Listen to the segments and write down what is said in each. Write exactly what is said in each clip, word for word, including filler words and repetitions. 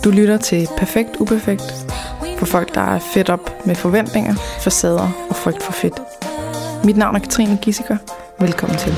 Du lytter til Perfekt Uperfekt for folk, der er fedt op med forventninger, facader og frygt for fedt. Mit navn er Katrine Gissiker. Velkommen til.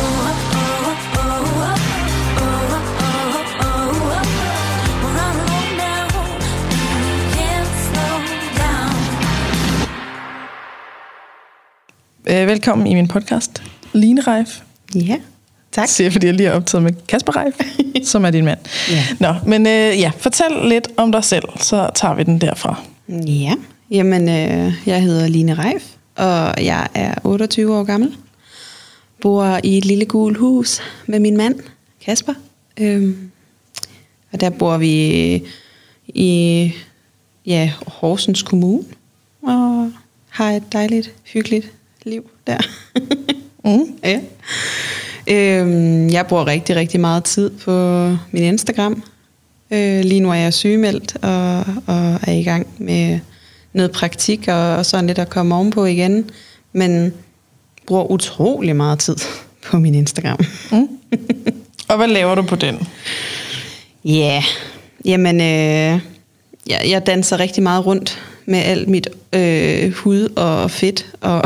Velkommen i min podcast, Line Reif. Ja, tak. Siger fordi jeg lige har optaget med Kasper Reif, som er din mand. Ja. Nå, men øh, ja, fortæl lidt om dig selv, så tager vi den derfra. Ja, jamen øh, jeg hedder Line Reif, og jeg er otteogtyve år gammel. Bor i et lille gult hus med min mand, Kasper. Øhm, og der bor vi i ja, Horsens Kommune, og har et dejligt, hyggeligt liv der. mm. Ja. Øhm, jeg bruger rigtig, rigtig meget tid på min Instagram. Øh, lige nu er jeg sygemeldt og, og er i gang med noget praktik og, og sådan lidt at komme ovenpå igen. Men bruger utrolig meget tid på min Instagram. Mm. Og hvad laver du på den? Ja, yeah. Jamen, øh, jeg, jeg danser rigtig meget rundt med alt mit øh, hud og fedt, og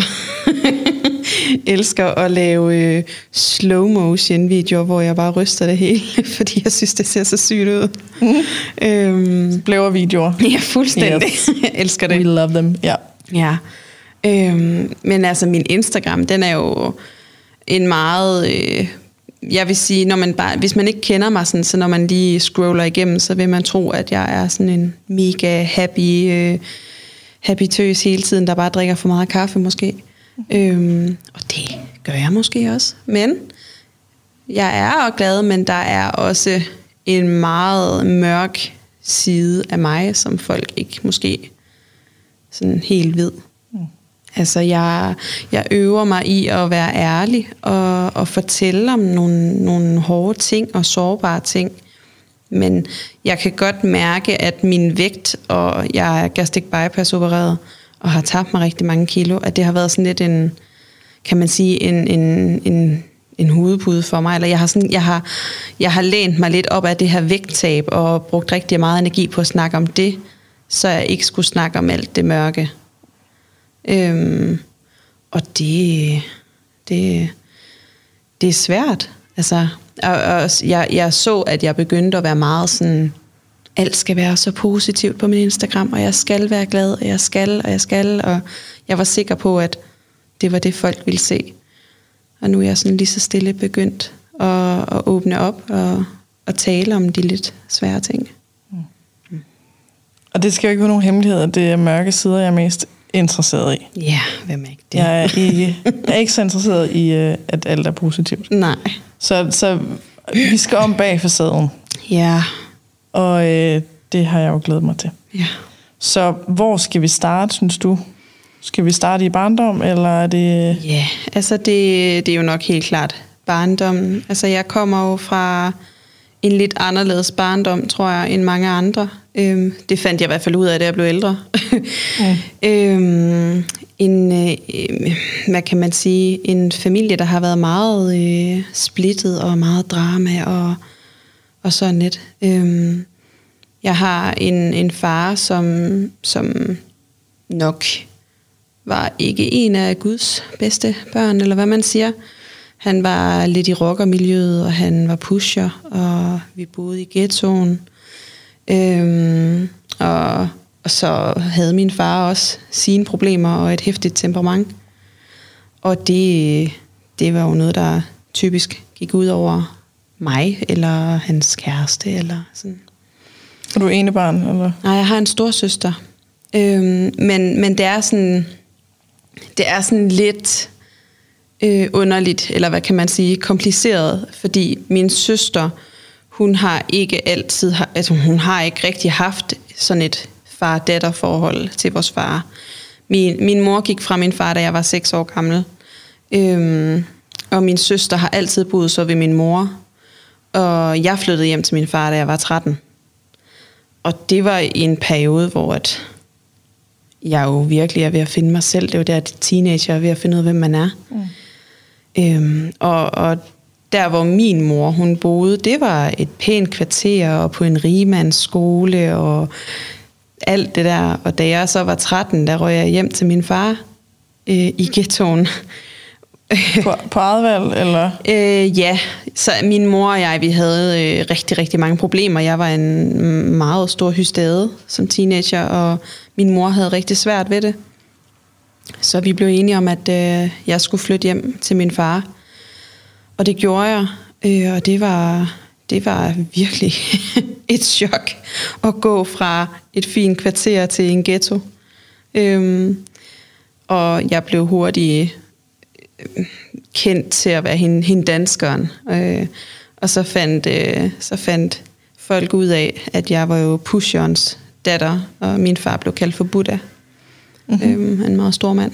elsker at lave øh, slow motion videoer, hvor jeg bare ryster det hele, fordi jeg synes, det ser så sygt ud. Mm. øhm, Laver videoer. Ja, fuldstændig. Yes. Jeg elsker det. We love them, ja. Ja. Øhm, men altså, min Instagram, den er jo en meget... Øh, jeg vil sige, når man bare, hvis man ikke kender mig, sådan, så når man lige scroller igennem, så vil man tro, at jeg er sådan en mega happy, øh, happy tøs hele tiden, der bare drikker for meget kaffe måske. Mm. Øhm, og det gør jeg måske også. Men jeg er også glad, men der er også en meget mørk side af mig, som folk ikke måske sådan helt ved. Mm. Altså, jeg, jeg øver mig i at være ærlig og, og fortælle om nogle, nogle hårde ting og sårbare ting. Men jeg kan godt mærke, at min vægt, og jeg er gastric bypass opereret og har tabt mig rigtig mange kilo, at det har været sådan lidt en, kan man sige, en, en, en, en hovedpude for mig. Eller jeg har, sådan, jeg, har, jeg har lænt mig lidt op af det her vægttab og brugt rigtig meget energi på at snakke om det, så jeg ikke skulle snakke om alt det mørke. Øhm, og det, det, det er svært. Altså, og, og jeg, jeg så, at jeg begyndte at være meget sådan, alt skal være så positivt på min Instagram, og jeg skal være glad, og jeg skal, og jeg skal, og jeg var sikker på, at det var det, folk ville se. Og nu er jeg sådan lige så stille begyndt at, at åbne op og at tale om de lidt svære ting. Mm. Mm. Og det skal jo ikke være nogen hemmelighed, at det er mørke sider, jeg er mest interesseret i. Ja, hvem er ikke det? Jeg er ikke, jeg er ikke så interesseret i, at alt er positivt. Nej. Så, så vi skal om bag facaden. Ja. Og øh, det har jeg jo glædet mig til. Ja. Så hvor skal vi starte, synes du? Skal vi starte i barndom, eller er det... Ja, yeah, altså det, det er jo nok helt klart barndom. Altså jeg kommer jo fra en lidt anderledes barndom, tror jeg, end mange andre. Øhm, det fandt jeg i hvert fald ud af, da jeg blev ældre. mm. øhm, en, øh, hvad kan man sige, en familie, der har været meget øh, splittet og meget drama og, og sådan lidt. Øhm, jeg har en, en far, som, som nok var ikke en af Guds bedste børn, eller hvad man siger. Han var lidt i rockermiljøet, og han var pusher, og vi boede i ghettoen. Øhm, og, og så havde min far også sine problemer og et heftigt temperament. Og det, det var jo noget, der typisk gik ud over mig, eller hans kæreste, eller sådan. Er du enebarn, eller? Nej, jeg har en storsøster. Øhm, men, men det er sådan, det er sådan lidt øh, underligt, eller hvad kan man sige, kompliceret, fordi min søster, hun har ikke altid, altså hun har ikke rigtig haft sådan et far-datter-forhold til vores far. Min, min mor gik fra min far, da jeg var seks år gammel, øhm, og min søster har altid boet så ved min mor, og jeg flyttede hjem til min far, da jeg var tretten. Og det var i en periode, hvor at jeg jo virkelig er ved at finde mig selv. Det var der, at teenager er ved at finde ud af, hvem man er. Mm. Øhm, og, og der hvor min mor hun boede, det var et pænt kvarter og på en rigmandsskole og alt det der. Og da jeg så var tretten, der røg jeg hjem til min far øh, i ghettoen. På, på eget valg, eller? Øh, ja, så min mor og jeg, vi havde øh, rigtig, rigtig mange problemer. Jeg var en meget stor hystade som teenager, og min mor havde rigtig svært ved det. Så vi blev enige om, at øh, jeg skulle flytte hjem til min far. Og det gjorde jeg, øh, og det var, det var virkelig et chok at gå fra et fint kvarter til en ghetto. Øh, og jeg blev hurtigt kendt til at være hende, hende danskeren. Øh, og så fandt, øh, så fandt folk ud af, at jeg var jo pusherens datter, og min far blev kaldt for Buddha. Mm-hmm. Øh, en meget stor mand.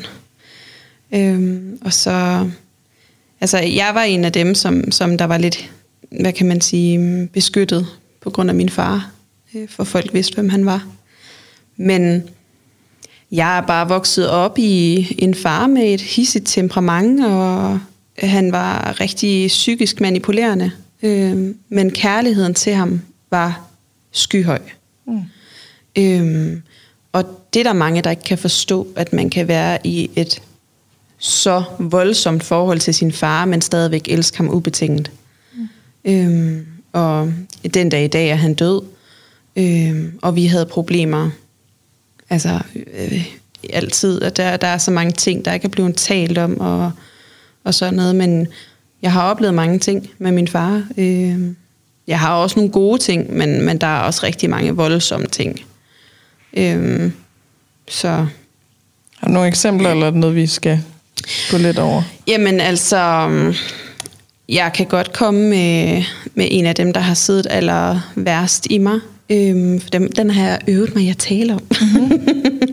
Øh, og så... Altså, jeg var en af dem, som, som der var lidt, hvad kan man sige, beskyttet på grund af min far. Øh, for folk vidste, hvem han var. Men... Jeg er bare vokset op i en far med et hissigt temperament, og han var rigtig psykisk manipulerende. Øh, men kærligheden til ham var skyhøj. Mm. Øh, og det er der mange, der ikke kan forstå, at man kan være i et så voldsomt forhold til sin far, men stadigvæk elske ham ubetinget. Mm. Øh, og den dag i dag er han død, øh, og vi havde problemer. Altså, øh, altid, at der, der er så mange ting, der ikke er blevet talt om, og, og sådan noget, men jeg har oplevet mange ting med min far. Øh, jeg har også nogle gode ting, men, men der er også rigtig mange voldsomme ting. Øh, så... Har du nogle eksempler, eller er det noget, vi skal gå lidt over? Jamen, altså... Jeg kan godt komme med, med en af dem, der har siddet aller værst i mig. Øhm, for dem, den har jeg øvet mig at tale om. Mm-hmm.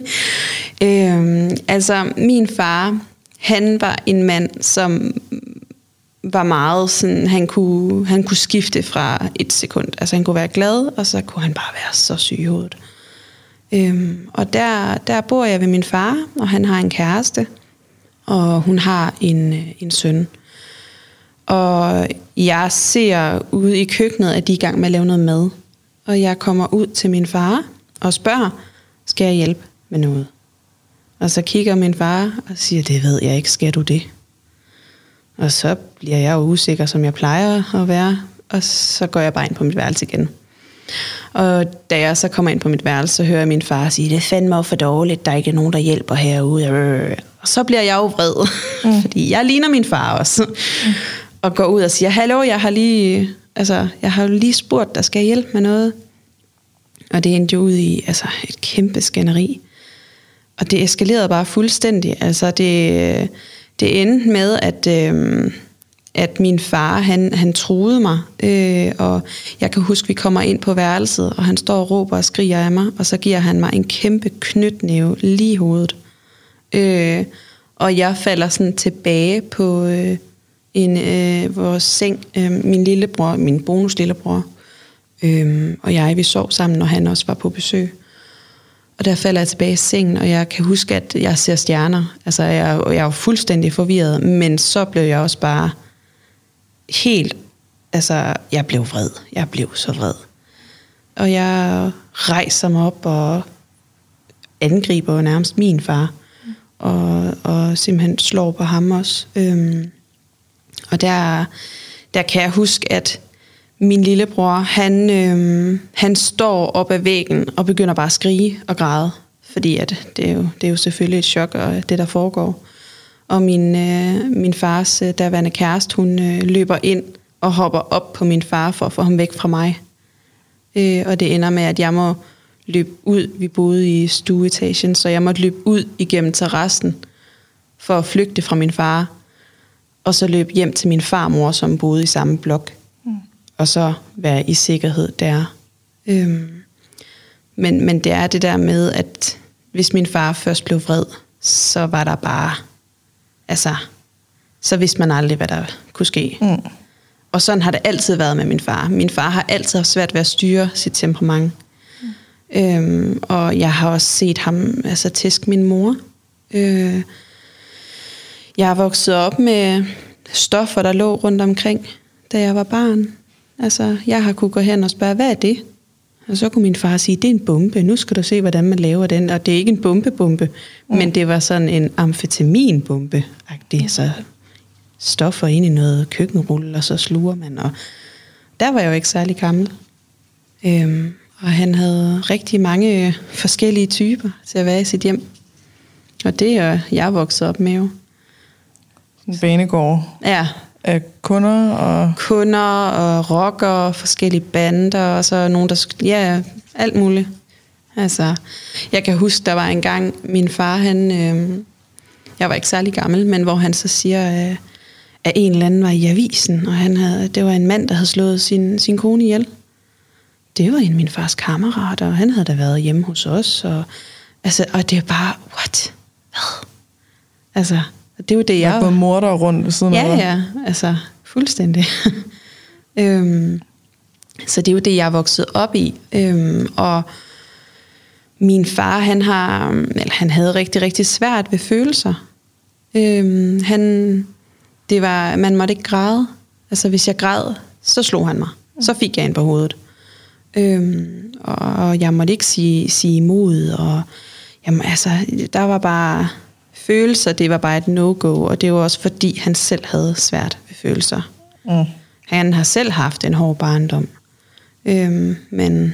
øhm, altså, min far, han var en mand, som var meget sådan, han kunne, han kunne skifte fra et sekund. Altså, han kunne være glad, og så kunne han bare være så syg i hovedet. Øhm, og der, der bor jeg ved min far, og han har en kæreste, og hun har en, en søn. Og jeg ser ude i køkkenet, at de er i gang med at lave noget mad. Og jeg kommer ud til min far og spørger, skal jeg hjælpe med noget? Og så kigger min far og siger, det ved jeg ikke, skal du det? Og så bliver jeg jo usikker, som jeg plejer at være, og så går jeg bare ind på mit værelse igen. Og da jeg så kommer ind på mit værelse, så hører jeg min far sige, det er fandme for dårligt, der er ikke nogen, der hjælper herude. Og så bliver jeg jo vred, mm. fordi jeg ligner min far også. Mm. Og går ud og siger, hallo, jeg har lige, altså, jeg har lige spurgt, der skal jeg hjælpe med noget. Og det endte jo ud i altså, et kæmpe skænderi. Og det eskalerede bare fuldstændig. Altså, det, det endte med, at, øh, at min far, han, han truede mig. Øh, og jeg kan huske, vi kommer ind på værelset, og han står og råber og skriger af mig. Og så giver han mig en kæmpe knytnæve lige i hovedet. Øh, og jeg falder sådan tilbage på... Øh, en øh, vores seng, øh, min lillebror, min bonus lillebror, øh, og jeg, vi sov sammen, når han også var på besøg. Og der falder jeg tilbage i sengen, og jeg kan huske, at jeg ser stjerner. Altså, jeg, jeg er jo fuldstændig forvirret, men så blev jeg også bare helt, altså, jeg blev vred. Jeg blev så vred. Og jeg rejser mig op og angriber jo nærmest min far, mm. og, og simpelthen slår på ham også. Øh, Og der, der kan jeg huske, at min lillebror, han, øh, han står op ad væggen og begynder bare at skrige og græde. Fordi at det, er jo, det er jo selvfølgelig et chok, og det der foregår. Og min, øh, min fars øh, daværende kæreste, hun øh, løber ind og hopper op på min far for at få ham væk fra mig. Øh, og det ender med, at jeg må løbe ud. Vi boede i stueetagen, så jeg måtte løbe ud igennem terrassen for at flygte fra min far. Og så løb hjem til min farmor, som boede i samme blok. Mm. Og så være i sikkerhed der. Øhm. Men, men det er det der med, at hvis min far først blev vred, så var der bare... Altså, så vidste man aldrig, hvad der kunne ske. Mm. Og sådan har det altid været med min far. Min far har altid haft svært ved at styre sit temperament. Mm. Øhm, og jeg har også set ham altså, tæske min mor. Øh, Jeg er vokset op med stoffer, der lå rundt omkring. da jeg var barn. Altså, jeg har kunne gå hen og spørge, hvad er det? Og så kunne min far sige, det er en bombe. Nu skal du se, hvordan man laver den. Og det er ikke en bombebombe, mm. men det var sådan en amfetaminbombe. Det så stoffer ind i noget køkkenrulle, og så sluger man. Og der var jeg jo ikke særlig gammel. Øhm, og han havde rigtig mange forskellige typer til at være i sit hjem. Og det er jeg vokset op med jo. En banegård. Ja. Af kunder og... Kunder og rockere, forskellige bander, og så nogen, der... Ja, alt muligt. Altså, jeg kan huske, der var en gang, min far, han... Øh, jeg var ikke særlig gammel, men hvor han så siger, øh, at en eller anden var i avisen, og han havde, det var en mand, der havde slået sin, sin kone ihjel. Det var en af min fars kammerater, og han havde da været hjemme hos os, og, altså, og det er bare, what? Hvad? Altså... Det var det, jeg... Der var morder rundt ved siden af. Ja, ja, altså fuldstændig. øhm, så det er jo det, jeg er vokset op i. Øhm, og min far, han har, eller han havde rigtig, rigtig svært ved følelser. Øhm, han, det var, man måtte ikke græde. Altså hvis jeg græd, så slog han mig. Så fik jeg en på hovedet. Øhm, og jeg måtte ikke sige, sige imod. Og jamen, altså, der var bare... Følelser, det var bare et no-go, og det var også fordi, han selv havde svært ved følelser. Mm. Han har selv haft en hård barndom. Øhm, men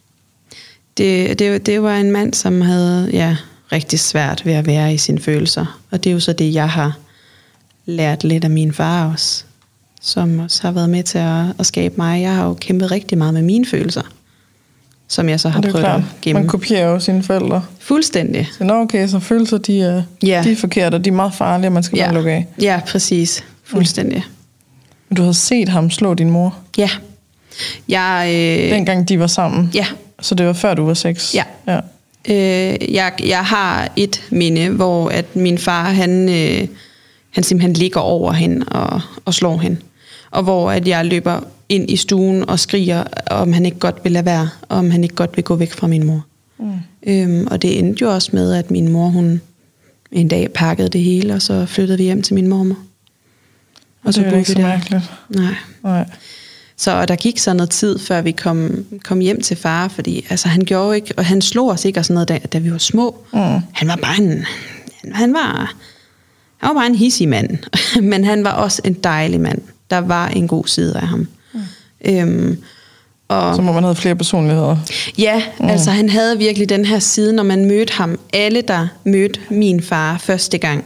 det, det, det var en mand, som havde ja, rigtig svært ved at være i sine følelser. Og det er jo så det, jeg har lært lidt af min far også, som også har været med til at, at skabe mig. Jeg har jo kæmpet rigtig meget med mine følelser, som jeg så har prøvet klart. at gemme. Man kopierer jo sine forældre. Fuldstændig. Så nå, okay, så følelser, de er, ja. de er forkerte, og de er meget farlige, og man skal ja. bare lukke af. Ja, præcis. Fuldstændig. Men du havde set ham slå din mor? Ja. Jeg, øh... Dengang de var sammen? Ja. Så det var før du var seks? Ja. ja. Øh, jeg, jeg har et minde, hvor at min far, han, øh, han simpelthen ligger over hende og, og slår hende. Og hvor at jeg løber ind i stuen og skriger, om han ikke godt vil lade være, og om han ikke godt vil gå væk fra min mor. Mm. Øhm, og det endte jo også med, at min mor, hun en dag pakkede det hele, og så flyttede vi hjem til min mormor. Og så det er ikke så mærkeligt. Nej. Nej. Så der gik så noget tid, før vi kom, kom hjem til far, fordi altså, han gjorde ikke, og han slog os ikke og sådan noget, da, da vi var små. Mm. Han var bare en, han var, han var bare en hissig mand, men han var også en dejlig mand. Der var en god side af ham. Mm. Øhm, og så må man have flere personligheder. Ja, mm. altså han havde virkelig den her side, når man mødte ham. Alle, der mødte min far første gang,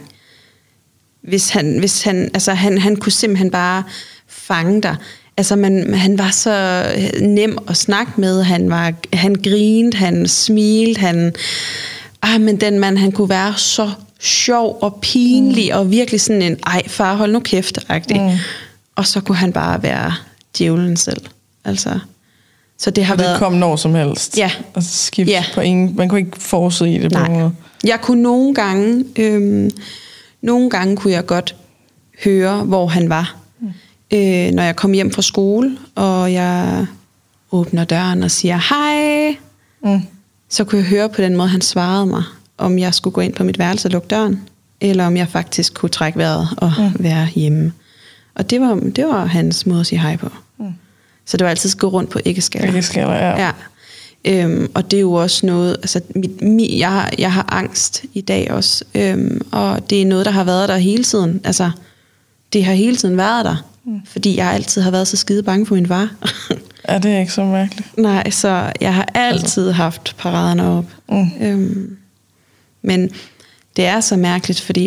hvis han, hvis han, altså han, han kunne simpelthen bare fange dig. Altså man, han var så nem at snakke med. Han var, han grinede, han smilte, han, ah, men den mand, han kunne være så sjov og pinlig mm. og virkelig sådan en, ej far, hold nu kæft-agtig. Mm. Og så kunne han bare være djævlen selv. Altså, så det har og det været... kom når som helst. Ja. Altså skift ja. på ingen... Man kunne ikke forudse i det på Nej. en måde. Jeg kunne nogle gange... Øhm, nogle gange kunne jeg godt høre, hvor han var. Mm. Øh, når jeg kom hjem fra skole, og jeg åbner døren og siger, hej. Mm. Så kunne jeg høre på den måde, han svarede mig, om jeg skulle gå ind på mit værelse og lukke døren, eller om jeg faktisk kunne trække vejret og mm. være hjemme. Og det var, det var hans måde at sige hej på. Mm. Så det var altid at gå rundt på ikke-skaller. Ikke-skaller, ja. ja. Øhm, og det er jo også noget, altså mit, mit, jeg, har, jeg har angst i dag også, øhm, og det er noget, der har været der hele tiden. Altså, det har hele tiden været der, mm. fordi jeg altid har været så skide bange for min far. Ja, det er ikke så mærkeligt. Nej, så jeg har altid haft paraderne op. Mm. Øhm, men det er så mærkeligt, fordi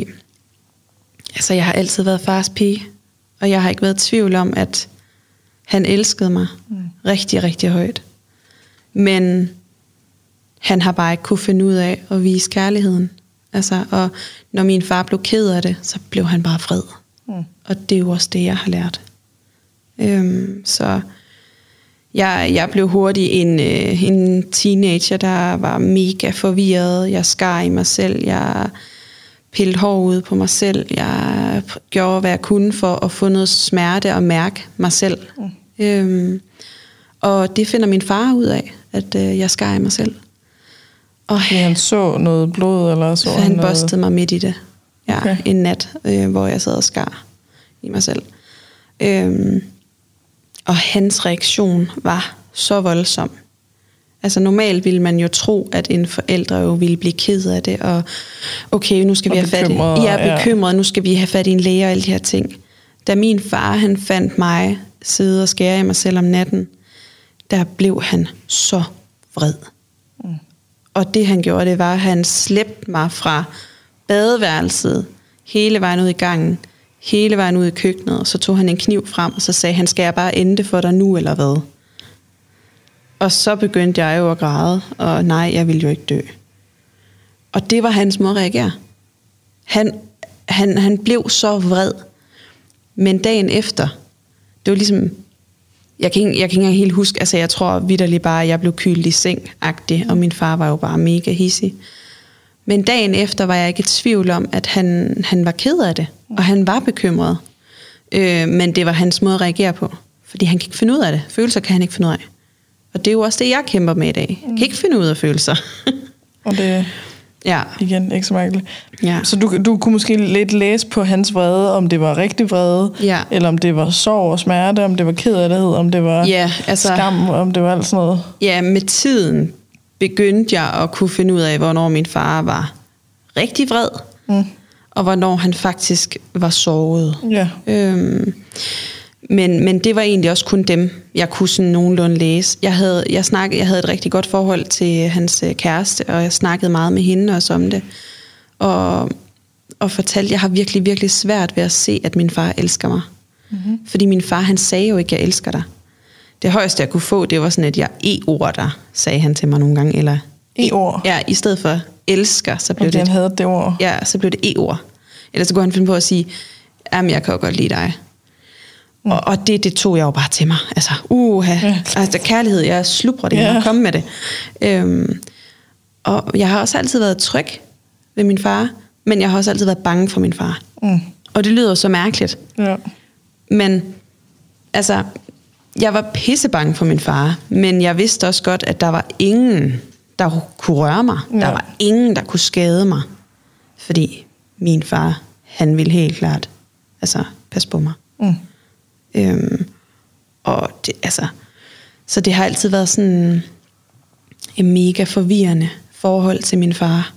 altså, jeg har altid været fars pige, og jeg har ikke været i tvivl om, at han elskede mig mm. rigtig, rigtig højt. Men han har bare ikke kunne finde ud af at vise kærligheden. Altså, og når min far blev ked af det, så blev han bare vred. Mm. Og det er jo også det, jeg har lært. Øhm, så jeg, jeg blev hurtigt en, øh, en teenager, der var mega forvirret. Jeg skar i mig selv. Jeg pillede hår ud på mig selv. Jeg gjorde, hvad jeg kunne for at få noget smerte og mærke mig selv. Mm. Øhm, og det finder min far ud af, at øh, jeg skar i mig selv. Og ja, han så noget blod, eller så han, han bostede noget... mig midt i det. Ja, okay. En nat, øh, hvor jeg sad og skar i mig selv. Øhm, Og hans reaktion var så voldsom. Altså normalt ville man jo tro, at en forælder jo ville blive ked af det, og okay, nu skal vi have fat i, ja, bekymret, nu skal vi have fat i en læge og alle de her ting. Da min far, han fandt mig sidde og skære i mig selv om natten, der blev han så vred. Mm. Og det han gjorde, det var, at han slæbte mig fra badeværelset, hele vejen ud i gangen, hele vejen ud i køkkenet, og så tog han en kniv frem, og så sagde han, skal jeg bare ende det for dig nu, eller hvad? Og så begyndte jeg jo at græde, og nej, jeg ville jo ikke dø. Og det var hans måde at reagere. Han, han, han blev så vred. Men dagen efter, det var ligesom, jeg kan ikke, jeg kan ikke helt huske, altså jeg tror vitterligt bare, at jeg blev kylet i seng-agtig, og min far var jo bare mega hissig. Men dagen efter var jeg ikke i tvivl om, at han, han var ked af det, og han var bekymret. Øh, men det var hans måde at reagere på, fordi han kan ikke finde ud af det. Følelser kan han ikke finde ud af. Og det er jo også det, jeg kæmper med i dag. Jeg kan ikke finde ud af følelser. Og det ja. igen ikke så mærkeligt. Ja. Så du, du kunne måske lidt læse på hans vrede, om det var rigtig vrede, ja. eller om det var sorg og smerte, om det var kederlighed, om det var ja, altså, skam, om det var alt sådan noget. Ja, med tiden begyndte jeg at kunne finde ud af, hvornår min far var rigtig vred, mm. og hvornår han faktisk var såret. Ja. Øhm, men, men det var egentlig også kun dem, jeg kunne sådan nogenlunde læse. Jeg havde, jeg, snakkede, jeg havde et rigtig godt forhold til hans kæreste, og jeg snakkede meget med hende også om det. Og, og fortalte, at jeg har virkelig, virkelig svært ved at se, at min far elsker mig. Mm-hmm. Fordi min far, han sagde jo ikke, at jeg elsker dig. Det højeste, jeg kunne få, det var sådan, at jeg e-ord der, sagde han til mig nogle gange. Eller e-ord? Ja, i stedet for elsker, så blev okay, det... han havde det ord. Ja, så blev det e-ord. Eller så kunne han finde på at sige, jamen, jeg kan jo godt lide dig. Mm. Og, og det, det tog jeg jo bare til mig. Altså, uha. Ja. Altså, kærlighed, jeg slubrer det, ja. Og komme med det. Øhm, og jeg har også altid været tryg ved min far, men jeg har også altid været bange for min far. Mm. Og det lyder så mærkeligt. Ja. Men, altså... Jeg var pissebange for min far, men jeg vidste også godt, at der var ingen, der kunne røre mig. Ja. Der var ingen, der kunne skade mig. Fordi min far, han ville helt klart altså, passe på mig. Mm. Øhm, og det, altså, så det har altid været sådan en mega forvirrende forhold til min far.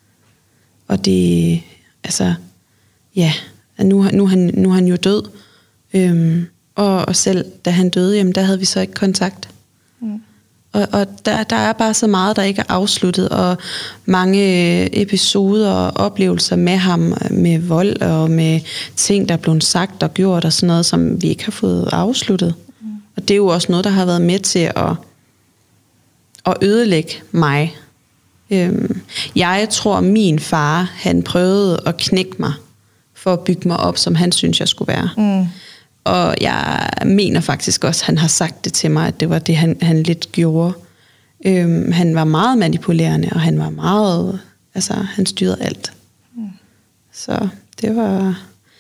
Og det, altså, ja, nu, nu, han, nu er han jo død. Øhm, Og, og selv da han døde, jamen, der havde vi så ikke kontakt. Mm. Og, og der, der er bare så meget, der ikke er afsluttet, og mange episoder og oplevelser med ham, med vold og med ting, der er blevet sagt og gjort og sådan noget, som vi ikke har fået afsluttet. Mm. Og det er jo også noget, der har været med til at, at ødelægge mig. Øhm, jeg tror, min far, han prøvede at knække mig, for at bygge mig op, som han synes, jeg skulle være. Mm. Og jeg mener faktisk også, at han har sagt det til mig, at det var det, han, han lidt gjorde. Øhm, han var meget manipulerende, og han var meget, altså han styrede alt. Mm. Så det var,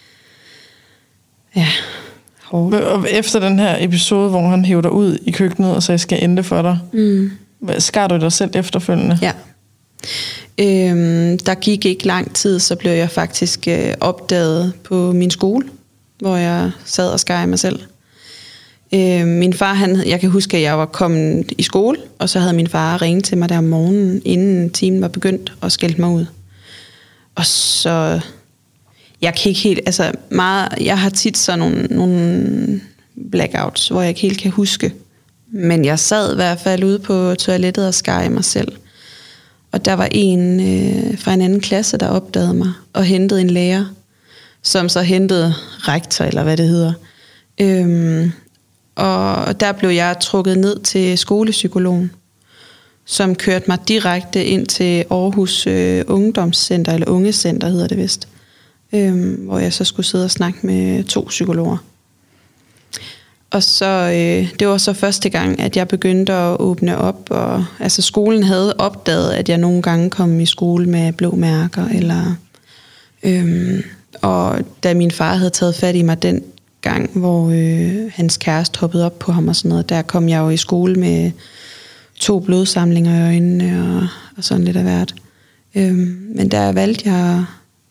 ja, hårdt. Og efter den her episode, hvor han hævde dig ud i køkkenet, og sagde, skal jeg ende for dig, mm. skar du dig selv efterfølgende? Ja. Øhm, der gik ikke lang tid, så blev jeg faktisk øh, opdaget på min skole, hvor jeg sad og skar i mig selv. Øh, min far, han, jeg kan huske, at jeg var kommet i skole, og så havde min far ringet til mig der om morgenen, inden timen var begyndt, og skældt mig ud. Og så, jeg kan ikke helt, altså meget, jeg har tit sådan nogle, nogle blackouts, hvor jeg ikke helt kan huske. Men jeg sad i hvert fald ude på toilettet og skar i mig selv. Og der var en øh, fra en anden klasse, der opdagede mig, og hentede en lærer, som så hentede rektor, eller hvad det hedder. Øhm, og der blev jeg trukket ned til skolepsykologen, som kørte mig direkte ind til Aarhus øh, Ungdomscenter, eller Ungecenter hedder det vist, øhm, hvor jeg så skulle sidde og snakke med to psykologer. Og så, øh, det var så første gang, at jeg begyndte at åbne op, og altså skolen havde opdaget, at jeg nogle gange kom i skole med blå mærker, eller... Øhm, og da min far havde taget fat i mig den gang, hvor øh, hans kæreste hoppede op på ham og sådan noget, der kom jeg jo i skole med to blodsamlinger i øjnene og, og sådan lidt af hvert. Øhm, men der valgte jeg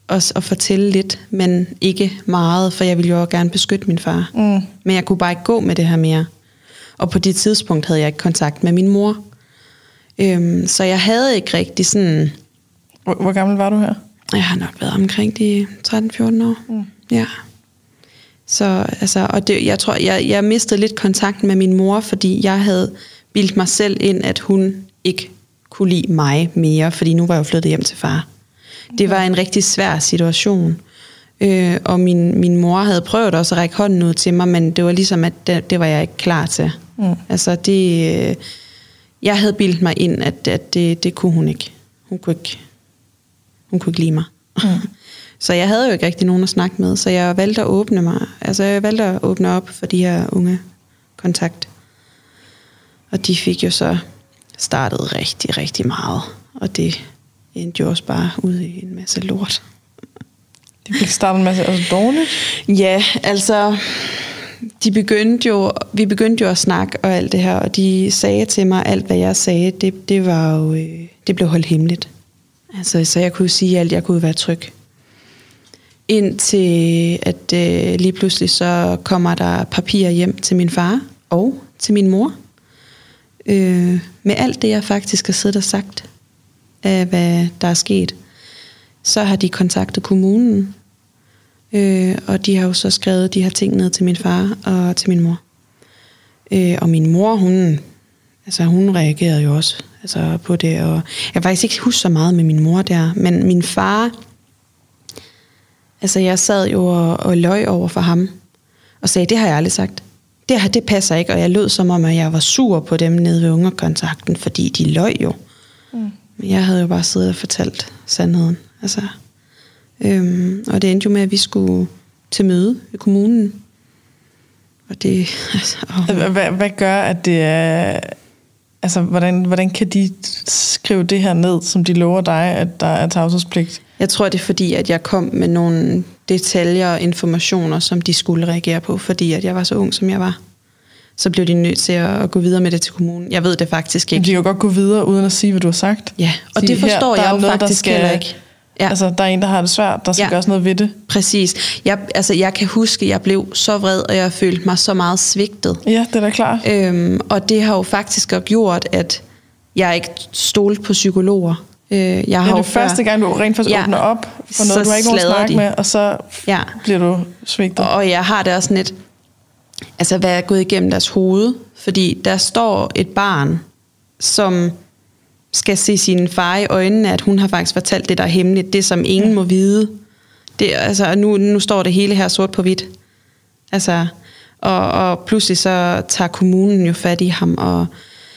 at, at fortælle lidt, men ikke meget, for jeg ville jo gerne beskytte min far. Mm. Men jeg kunne bare ikke gå med det her mere. Og på det tidspunkt havde jeg ikke kontakt med min mor. Øhm, så jeg havde ikke rigtig sådan... Hvor, hvor gammel var du her? Jeg har nok været omkring de tretten fjorten år. Mm. Ja. Så altså, og det, jeg tror, jeg, jeg mistede lidt kontakt med min mor, fordi jeg havde bildt mig selv ind, at hun ikke kunne lide mig mere, fordi nu var jeg jo flyttet hjem til far. Det var en rigtig svær situation. Øh, og min, min mor havde prøvet også at række hånden ud til mig, men det var ligesom, at det, det var jeg ikke klar til. Mm. Altså det... Øh, jeg havde bildt mig ind, at, at det, det kunne hun ikke. Hun kunne ikke, hun kunne ikke lide mig. Mm. Så jeg havde jo ikke rigtig nogen at snakke med, så jeg valgte at åbne mig. Altså jeg valgte at åbne op for de her unge kontakt. Og de fik jo så startet rigtig, rigtig meget. Og det endte jo også bare ude i en masse lort. De fik startet en masse altså dårligt? Ja, altså... De begyndte jo, vi begyndte jo at snakke og alt det her, og de sagde til mig, alt hvad jeg sagde, det, det var jo, det blev holdt hemmeligt. Altså, så jeg kunne sige alt, jeg kunne være tryg. Indtil at øh, lige pludselig så kommer der papirer hjem til min far og til min mor. Øh, med alt det, jeg faktisk har siddet og sagt, af hvad der er sket. Så har de kontaktet kommunen. Øh, og de har jo så skrevet de her ting ned til min far og til min mor. Øh, og min mor, hun, altså hun reagerede jo også altså på det. Og jeg kan faktisk ikke huske så meget med min mor der, men min far, altså jeg sad jo og, og løj over for ham og sagde, det har jeg aldrig sagt. Det her, det passer ikke, og jeg lød som om, at jeg var sur på dem nede ved ungekontakten, fordi de løj jo. Mm. Men jeg havde jo bare siddet og fortalt sandheden. Altså... Øhm, og det endte jo med, at vi skulle til møde i kommunen. Og det... Altså, hvad, hvad, hvad gør, at det er... Altså, hvordan, hvordan kan de skrive det her ned, som de lover dig, at der er tavshedspligt? Jeg tror, det er fordi, at jeg kom med nogle detaljer og informationer, som de skulle reagere på, fordi at jeg var så ung, som jeg var. Så blev de nødt til at gå videre med det til kommunen. Jeg ved det faktisk ikke. Men de kan jo godt gå videre, uden at sige, hvad du har sagt. Ja, og sige, det forstår her, jeg jo noget, faktisk skal... heller ikke. Ja. Altså, der er en, der har det svært, der skal ja. gøres noget ved det. Præcis. Jeg, altså, jeg kan huske, at jeg blev så vred, og jeg følte mig så meget svigtet. Ja, det er da klart. Øhm, og det har jo faktisk gjort, at jeg ikke stolte på psykologer. Øh, jeg ja, har det er før... første gang, du rent faktisk ja, åbner op for noget, du har ikke nogen snak de. med, og så ja. bliver du svigtet. Og jeg har det også lidt... Altså, hvad er gået igennem deres hoved? Fordi der står et barn, som... skal se sin far i øjnene, at hun har faktisk fortalt det, der er hemmeligt, det som ingen ja. må vide. Det, altså, nu, nu står det hele her sort på hvidt. Altså, og, og pludselig så tager kommunen jo fat i ham, og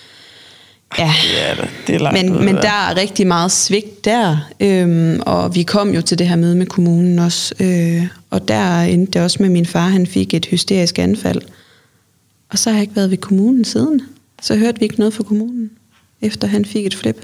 ja, ja det er langt men, ud, men der er rigtig meget svigt der, øhm, og vi kom jo til det her møde med kommunen også, øh, og der endte det også med, min far, han fik et hysterisk anfald, og så har jeg ikke været ved kommunen siden. Så hørte vi ikke noget fra kommunen, efter han fik et flip.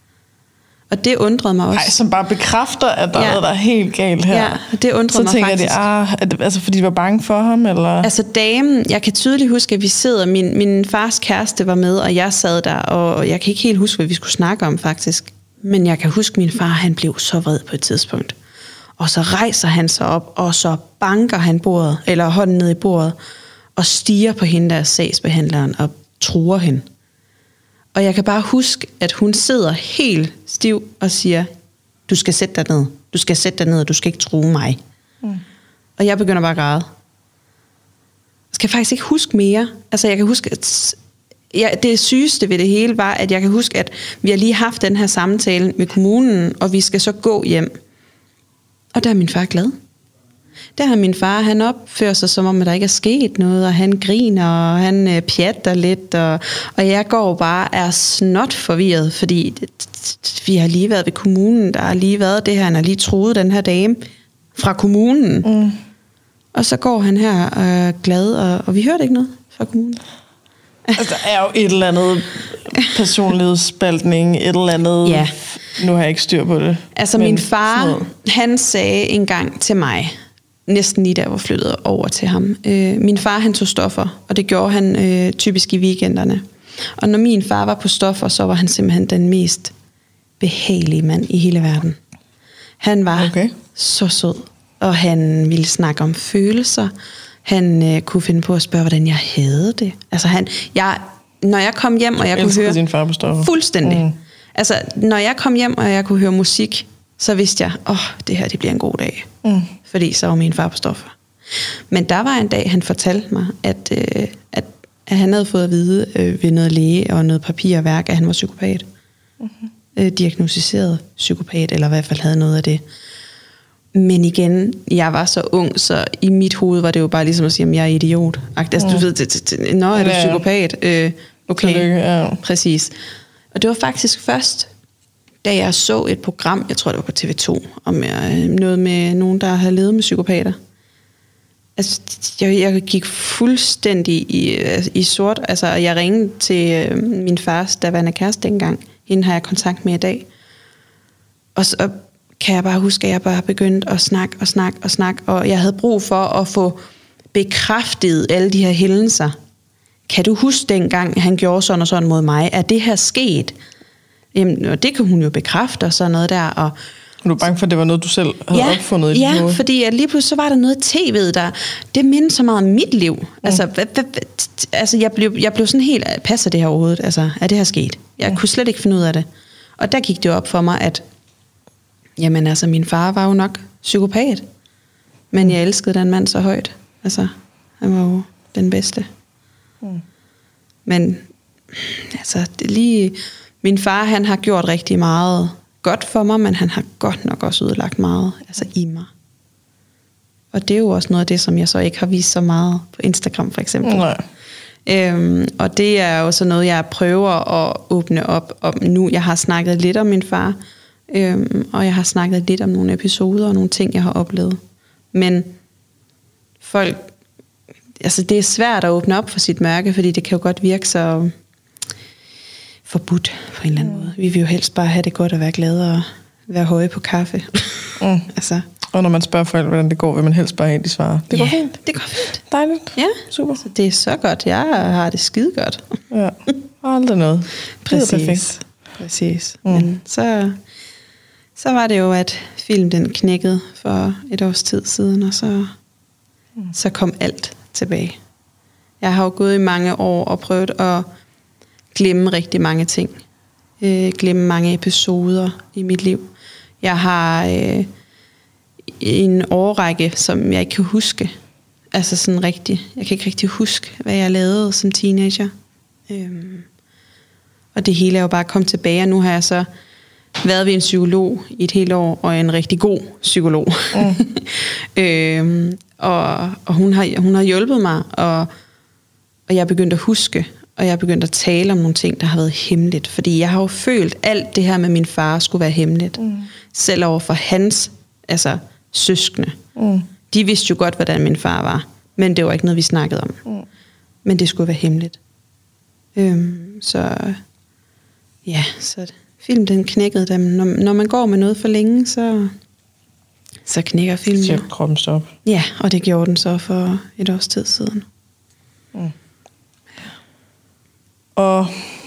Og det undrede mig også. Nej, som bare bekræfter, at der ja. er noget, der er helt galt her. Ja, det undrede så mig tænker faktisk. de, ah, at, altså fordi de var bange for ham, eller? Altså damen, jeg kan tydeligt huske, at vi sidder, min, min fars kæreste var med, og jeg sad der, og jeg kan ikke helt huske, hvad vi skulle snakke om faktisk. Men jeg kan huske, at min far, han blev så vred på et tidspunkt. Og så rejser han sig op, og så banker han bordet, eller hånden ned i bordet, og stiger på hende, der er sagsbehandleren, og truer hende. Og jeg kan bare huske, at hun sidder helt stiv og siger, du skal sætte dig ned, du skal sætte dig ned, og du skal ikke true mig. Mm. Og jeg begynder bare at græde. Jeg skal faktisk ikke huske mere. Altså jeg kan huske, at ja, det sygeste ved det hele var, at jeg kan huske, at vi har lige haft den her samtale med kommunen, og vi skal så gå hjem. Og der er min far glad. Der har min far, han opfører sig som om, at der ikke er sket noget, og han griner, og han øh, pjatter lidt, og, og jeg går bare er snot forvirret, fordi vi har lige været ved kommunen, der har lige været det her, han har lige truet den her dame fra kommunen. Mm. Og så går han her øh, glad, og, og vi hørte ikke noget fra kommunen. Altså, der er jo et eller andet personlighedsspaltning, et eller andet... Ja. Nu har jeg ikke styr på det. Altså min far, han sagde engang til mig, næsten lige da jeg var flyttet over til ham. Øh, min far, han tog stoffer, og det gjorde han øh, typisk i weekenderne. Og når min far var på stoffer, så var han simpelthen den mest behagelige mand i hele verden. Han var okay. så sød. Og han ville snakke om følelser. Han øh, kunne finde på at spørge, hvordan jeg havde det. Altså han, jeg, når jeg kom hjem, og jeg, jeg kunne høre... din far på stoffer. Fuldstændig. Mm. Altså, når jeg kom hjem, og jeg kunne høre musik, så vidste jeg, åh, oh, det her, det bliver en god dag. Mm. Fordi så var min far på stoffer. Men der var en dag, han fortalte mig, at, øh, at, at han havde fået at vide øh, ved noget læge og noget papirværk, at han var psykopat. Mm-hmm. Øh, diagnostiseret psykopat, eller i hvert fald havde noget af det. Men igen, jeg var så ung, så i mit hoved var det jo bare ligesom at sige, at jeg er idiot. Altså, mm. du ved, det, det, nå, er du psykopat? Øh, okay, Tillykke, ja. Præcis. Og det var faktisk først, da jeg så et program, jeg tror det var på T V to, om jeg, noget med nogen, der havde levet med psykopater. Altså, jeg, jeg gik fuldstændig i, i sort. Altså, jeg ringede til min fars daværende kæreste dengang. Hende har jeg kontakt med i dag. Og så kan jeg bare huske, at jeg bare begyndte at snakke og snakke og snakke, og jeg havde brug for at få bekræftet alle de her hændelser. Kan du huske dengang, han gjorde sådan og sådan mod mig? Er det her sket? Jamen, og det kan hun jo bekræfte, og sådan noget der. Og du var bange for, at det var noget, du selv havde ja, opfundet i ja, dit hoved? fordi at lige pludselig så var der noget tv'et, der det mindede så meget om mit liv. Mm. Altså, hva, hva, altså jeg, blev, jeg blev sådan helt, passer det her overhovedet? Altså, er det her sket? Jeg mm. kunne slet ikke finde ud af det. Og der gik det op for mig, at jamen altså, min far var jo nok psykopat. Men jeg elskede den mand så højt. Altså, han var jo den bedste. Mm. Men altså, det lige... Min far, han har gjort rigtig meget godt for mig, men han har godt nok også udlagt meget altså i mig. Og det er jo også noget af det, som jeg så ikke har vist så meget på Instagram, for eksempel. Nej. Øhm, og det er jo så noget, jeg prøver at åbne op om nu. Jeg har snakket lidt om min far, øhm, og jeg har snakket lidt om nogle episoder og nogle ting, jeg har oplevet. Men folk... Altså, det er svært at åbne op for sit mørke, fordi det kan jo godt virke så forbudt på en eller anden mm. måde. Vi vil jo helst bare have det godt og være glade og være høje på kaffe. Mm. altså. Og når man spørger folk, hvordan det går, vil man helst bare have, de svarer. Det går ja, fint. det går fint. Dejligt. Ja, super. Så det er så godt. Jeg har det skide godt. Ja, aldrig noget. Præcis. Det er perfekt. Præcis. Mm. Men så, så var det jo, at film den knækkede for et års tid siden, og så, mm. så kom alt tilbage. Jeg har jo gået i mange år og prøvet at glemme rigtig mange ting. Øh, glemme mange episoder i mit liv. Jeg har øh, en årrække, som jeg ikke kan huske. Altså sådan rigtig. Jeg kan ikke rigtig huske, hvad jeg lavede som teenager. Øhm, og det hele er jo bare kommet tilbage, og nu har jeg så været ved en psykolog i et helt år, og en rigtig god psykolog. Mm. øhm, og og hun, har, hun har hjulpet mig, og, og jeg er begyndt at huske, og jeg er begyndt at tale om nogle ting, der har været hemmeligt. Fordi jeg har jo følt, alt det her med min far skulle være hemmeligt. Mm. Selv over for hans altså, søskende. Mm. De vidste jo godt, hvordan min far var. Men det var ikke noget, vi snakkede om. Mm. Men det skulle være hemmeligt. Øhm, så ja, så film den knækkede dem. Når, når man går med noget for længe, så, så knækker filmen. Så kroppen stop. Ja, og det gjorde den så for et års tid siden. Mm. Og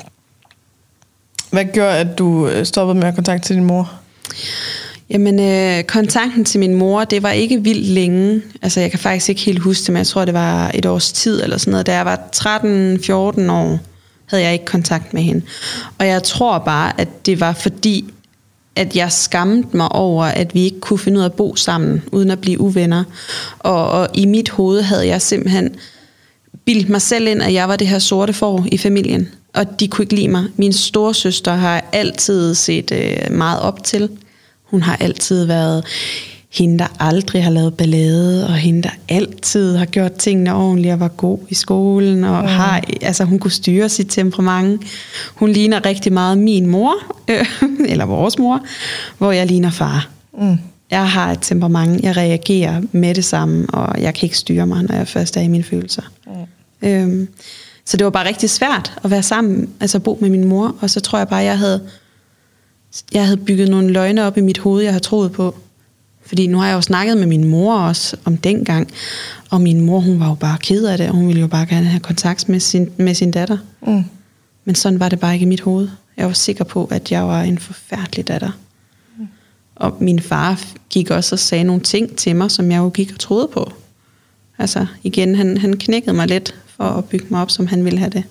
hvad gjorde, at du stoppede med at kontakte din mor? Jamen, øh, kontakten til min mor, det var ikke vildt længe. Altså, jeg kan faktisk ikke helt huske det, men jeg tror, det var et års tid eller sådan noget. Da jeg var tretten fjorten år, havde jeg ikke kontakt med hende. Og jeg tror bare, at det var fordi, at jeg skammede mig over, at vi ikke kunne finde ud af at bo sammen, uden at blive uvenner. Og, og i mit hoved havde jeg simpelthen bildt mig selv ind, at jeg var det her sorte får i familien. Og de kunne ikke lide mig. Min storesøster har altid set øh, meget op til. Hun har altid været hende, der aldrig har lavet ballade, og hende, der altid har gjort tingene ordentligt og var god i skolen, og mm. har, altså hun kunne styre sit temperament. Hun ligner rigtig meget min mor, øh, eller vores mor, hvor jeg ligner far. Mm. Jeg har et temperament, jeg reagerer med det samme, og jeg kan ikke styre mig, når jeg først er i mine følelser. Mm. Øhm, så det var bare rigtig svært at være sammen, altså bo med min mor, og så tror jeg bare, jeg havde Jeg havde bygget nogle løgne op i mit hoved, jeg har troet på. Fordi nu har jeg jo snakket med min mor også om dengang. Og min mor, hun var jo bare ked af det, og hun ville jo bare gerne have kontakt med sin, med sin datter. Mm. Men sådan var det bare ikke i mit hoved. Jeg var sikker på, at jeg var en forfærdelig datter. Mm. Og min far gik også og sagde nogle ting til mig, som jeg jo gik og troede på. Altså igen, han, han knækkede mig lidt for at bygge mig op, som han ville have det.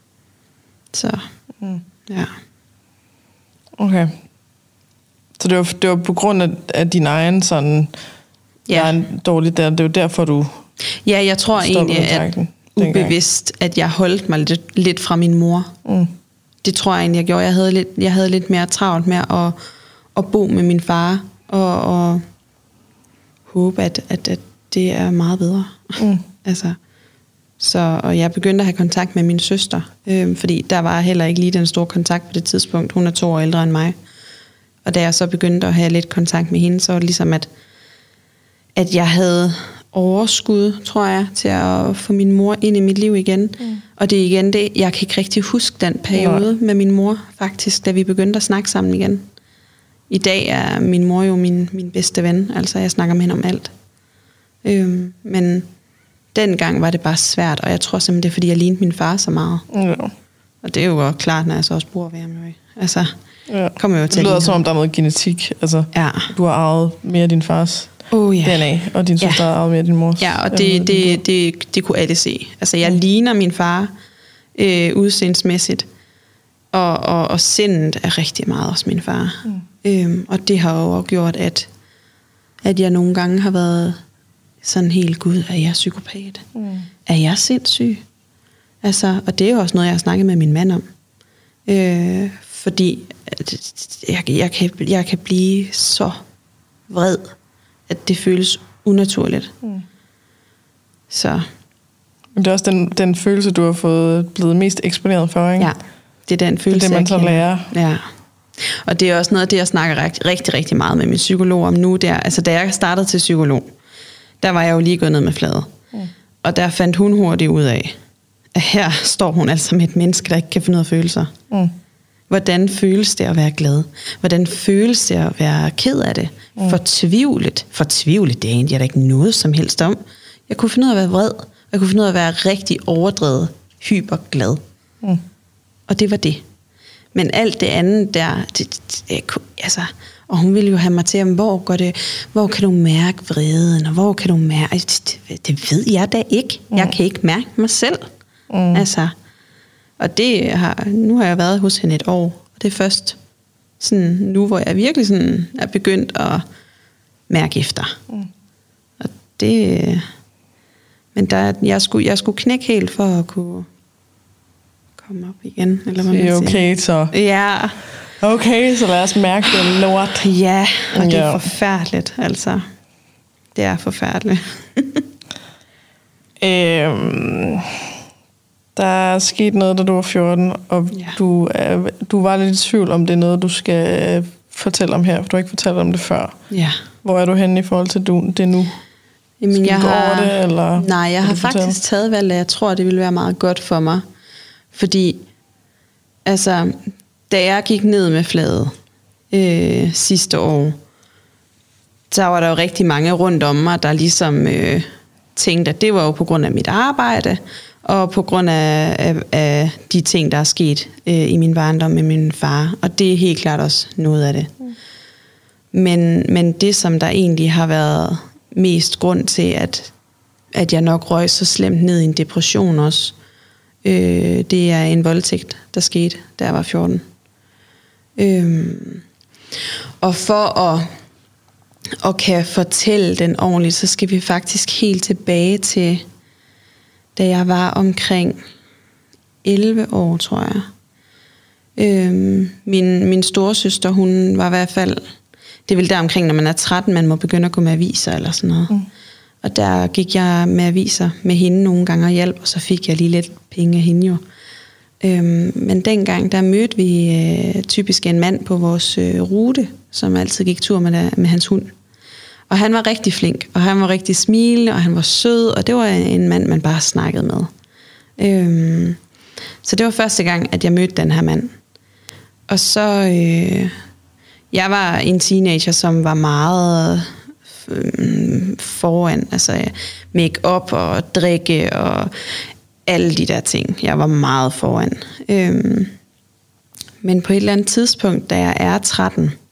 Så, mm. ja. Okay. Så det var, det var på grund af, af din egen sådan, ja. Der er en dårlig der, det var derfor, du ja, jeg tror egentlig, at ubevidst, at jeg holdt mig lidt, lidt fra min mor. Mm. Det tror jeg egentlig, jeg gjorde. Jeg havde lidt, jeg havde lidt mere travlt med at, at bo med min far, og, og håbe, at, at, at det er meget bedre. Mm. altså, så, og jeg begyndte at have kontakt med min søster, øh, fordi der var heller ikke lige den store kontakt på det tidspunkt. Hun er to år ældre end mig. Og da jeg så begyndte at have lidt kontakt med hende, så var det ligesom, at, at jeg havde overskud, tror jeg, til at få min mor ind i mit liv igen. Mm. Og det er igen det, jeg kan ikke rigtig huske den periode ja. Med min mor, faktisk, da vi begyndte at snakke sammen igen. I dag er min mor jo min, min bedste ven, altså jeg snakker med hende om alt. Øhm, men dengang var det bare svært, og jeg tror simpelthen, det er, fordi jeg lignede min far så meget. Ja. Og det er jo godt klart, når jeg så også bor ved ham. Altså, ja. Kommer jo til det lyder som om, der er noget genetik. Altså, ja. Du har arvet mere af din fars oh, ja. D N A, og din søster ja. Har arvet mere af din mors. Ja, og det, det, det, det kunne alle se. Altså, jeg ligner min far øh, udseendsmæssigt, og, og, og sindet er rigtig meget også min far. Mm. Øhm, og det har jo gjort, at, at jeg nogle gange har været sådan helt, gud, er jeg psykopat? Mm. Er jeg sindssyg? Altså, og det er jo også noget, jeg har snakket med min mand om. Øh, fordi jeg, jeg, kan, jeg kan blive så vred, at det føles unaturligt. Mm. Så. Det er også den, den følelse, du har fået blevet mest eksponeret for, ikke? Ja, det er den følelse, det er det, man så lærer. Ja. Og det er også noget af det, jeg snakker rigtig, rigtig, rigtig meget med min psykolog om nu. Der, altså, da jeg startede til psykolog, der var jeg jo lige gået ned med fladet. Mm. Og der fandt hun hurtigt ud af, at her står hun altså med et menneske, der ikke kan finde ud af følelser. Mm. Hvordan føles det at være glad? Hvordan føles det at være ked af det? Mm. Fortvivlet. Fortvivlet, det er egentlig der ikke noget som helst om. Jeg kunne finde ud af at være vred. Jeg kunne finde ud af at være rigtig overdrevet, hyperglad. Mm. Og det var det. Men alt det andet der, det, det, altså, og hun ville jo have mig til, hvor går det, hvor kan du mærke vreden, og hvor kan du mærke, det, det ved jeg da ikke. Mm. Jeg kan ikke mærke mig selv. Mm. Altså, og det har, nu har jeg været hos hende et år, og det er først sådan nu, hvor jeg virkelig sådan er begyndt at mærke efter. Mm. Og det, men der, jeg skulle, jeg skulle knække helt for at kunne komme op igen. Eller hvad man okay, så. Ja. Okay, så lad os mærke den lort. Ja, og det er forfærdeligt, altså. Det er forfærdeligt. øhm, der er sket noget, da du var fjorten, og ja. du, øh, du var lidt i tvivl om, det er noget, du skal fortælle om her, for du har ikke fortalt om det før. Ja. Hvor er du henne i forhold til du, det nu? Jamen, skal jeg du gå har, over det, eller nej, jeg har faktisk fortælle? taget valg, at jeg tror, det ville være meget godt for mig. Fordi, altså, da jeg gik ned med fladet øh, sidste år, så var der jo rigtig mange rundt om mig, der ligesom øh, tænkte, at det var jo på grund af mit arbejde, og på grund af, af, af de ting, der er sket øh, i min barndom med min far. Og det er helt klart også noget af det. Mm. Men, men det, som der egentlig har været mest grund til, at, at jeg nok røg så slemt ned i en depression også, øh, det er en voldtægt, der skete, da jeg var fjorten. Øh, og for at, at kan fortælle den ordentligt, så skal vi faktisk helt tilbage til, da jeg var omkring elleve år, tror jeg. Øhm, min, min storesøster, hun var i hvert fald, det er vel der omkring, når man er tretten, man må begynde at gå med aviser eller sådan noget. Mm. Og der gik jeg med aviser med hende nogle gange og hjælp, og så fik jeg lige lidt penge af hende jo. Øhm, men dengang, der mødte vi øh, typisk en mand på vores øh, rute, som altid gik tur med, der, med hans hund. Og han var rigtig flink, og han var rigtig smilende, og han var sød, og det var en mand, man bare snakkede med. Øhm, så det var første gang, at jeg mødte den her mand. Og så, øh, jeg var en teenager, som var meget øh, foran, altså make-up og drikke og alle de der ting. Jeg var meget foran. Øhm, men på et eller andet tidspunkt, da jeg er tretten,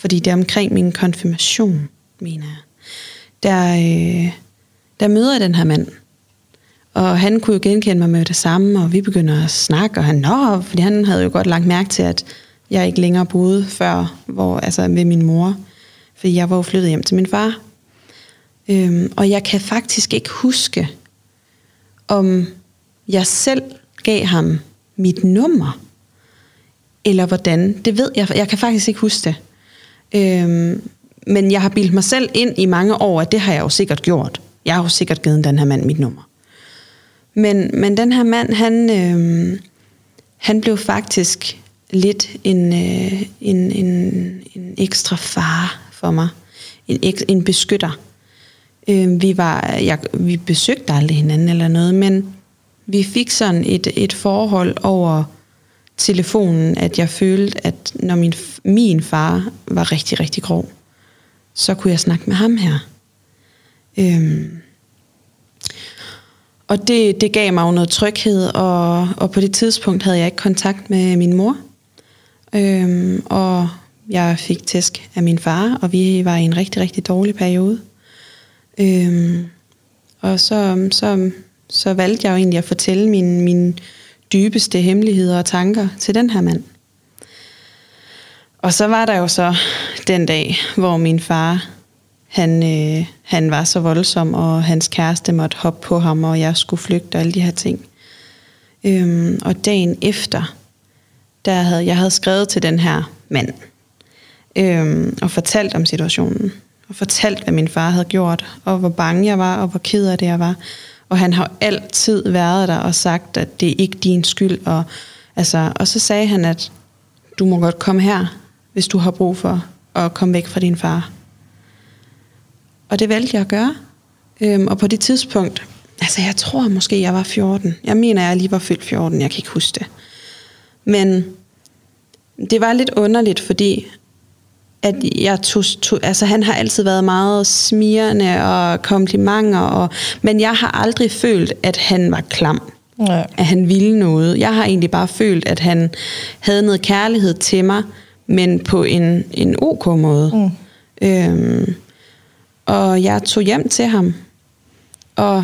fordi det er omkring min konfirmation, mener jeg. Der, øh, der møder jeg den her mand, og han kunne jo genkende mig med det samme, og vi begynder at snakke, og han, nå, fordi han havde jo godt lagt mærke til, at jeg ikke længere boede før, hvor, altså ved min mor, fordi jeg var jo flyttet hjem til min far. Øhm, og jeg kan faktisk ikke huske, om jeg selv gav ham mit nummer, eller hvordan. Det ved jeg, jeg kan faktisk ikke huske det. Øhm, men jeg har bildt mig selv ind i mange år, at det har jeg jo sikkert gjort. Jeg har jo sikkert givet den her mand mit nummer. Men, men den her mand, han, øhm, han blev faktisk lidt en, øh, en, en, en ekstra far for mig. En, ek, en beskytter. Øh, vi, var, jeg, vi besøgte aldrig hinanden eller noget, men vi fik sådan et, et forhold over telefonen, at jeg følte, at når min, min far var rigtig, rigtig grov, så kunne jeg snakke med ham her. Øhm, og det, det gav mig jo noget tryghed, og, og på det tidspunkt havde jeg ikke kontakt med min mor. Øhm, og jeg fik tæsk af min far, og vi var i en rigtig, rigtig dårlig periode. Øhm, og så, så, så valgte jeg jo egentlig at fortælle mine, mine dybeste hemmeligheder og tanker til den her mand. Og så var der jo så den dag, hvor min far, han, øh, han var så voldsom, og hans kæreste måtte hoppe på ham, og jeg skulle flygte og alle de her ting. Øhm, og dagen efter, der havde jeg havde skrevet til den her mand, øhm, og fortalt om situationen, og fortalt, hvad min far havde gjort, og hvor bange jeg var, og hvor ked af det jeg var. Og han har altid været der og sagt, at det er ikke din skyld. Og, altså, og så sagde han, at du må godt komme her, hvis du har brug for at komme væk fra din far. Og det valgte jeg at gøre. Øhm, og på det tidspunkt, altså jeg tror måske, jeg var fjorten. Jeg mener, jeg lige var fyldt fjorten, jeg kan ikke huske det. Men det var lidt underligt, fordi at jeg tog, tog, altså han har altid været meget smirrende og komplimenter, og, men jeg har aldrig følt, at han var klam. Ja. At han ville noget. Jeg har egentlig bare følt, at han havde noget kærlighed til mig, men på en, en ok måde. Mm. Øhm, og jeg tog hjem til ham, og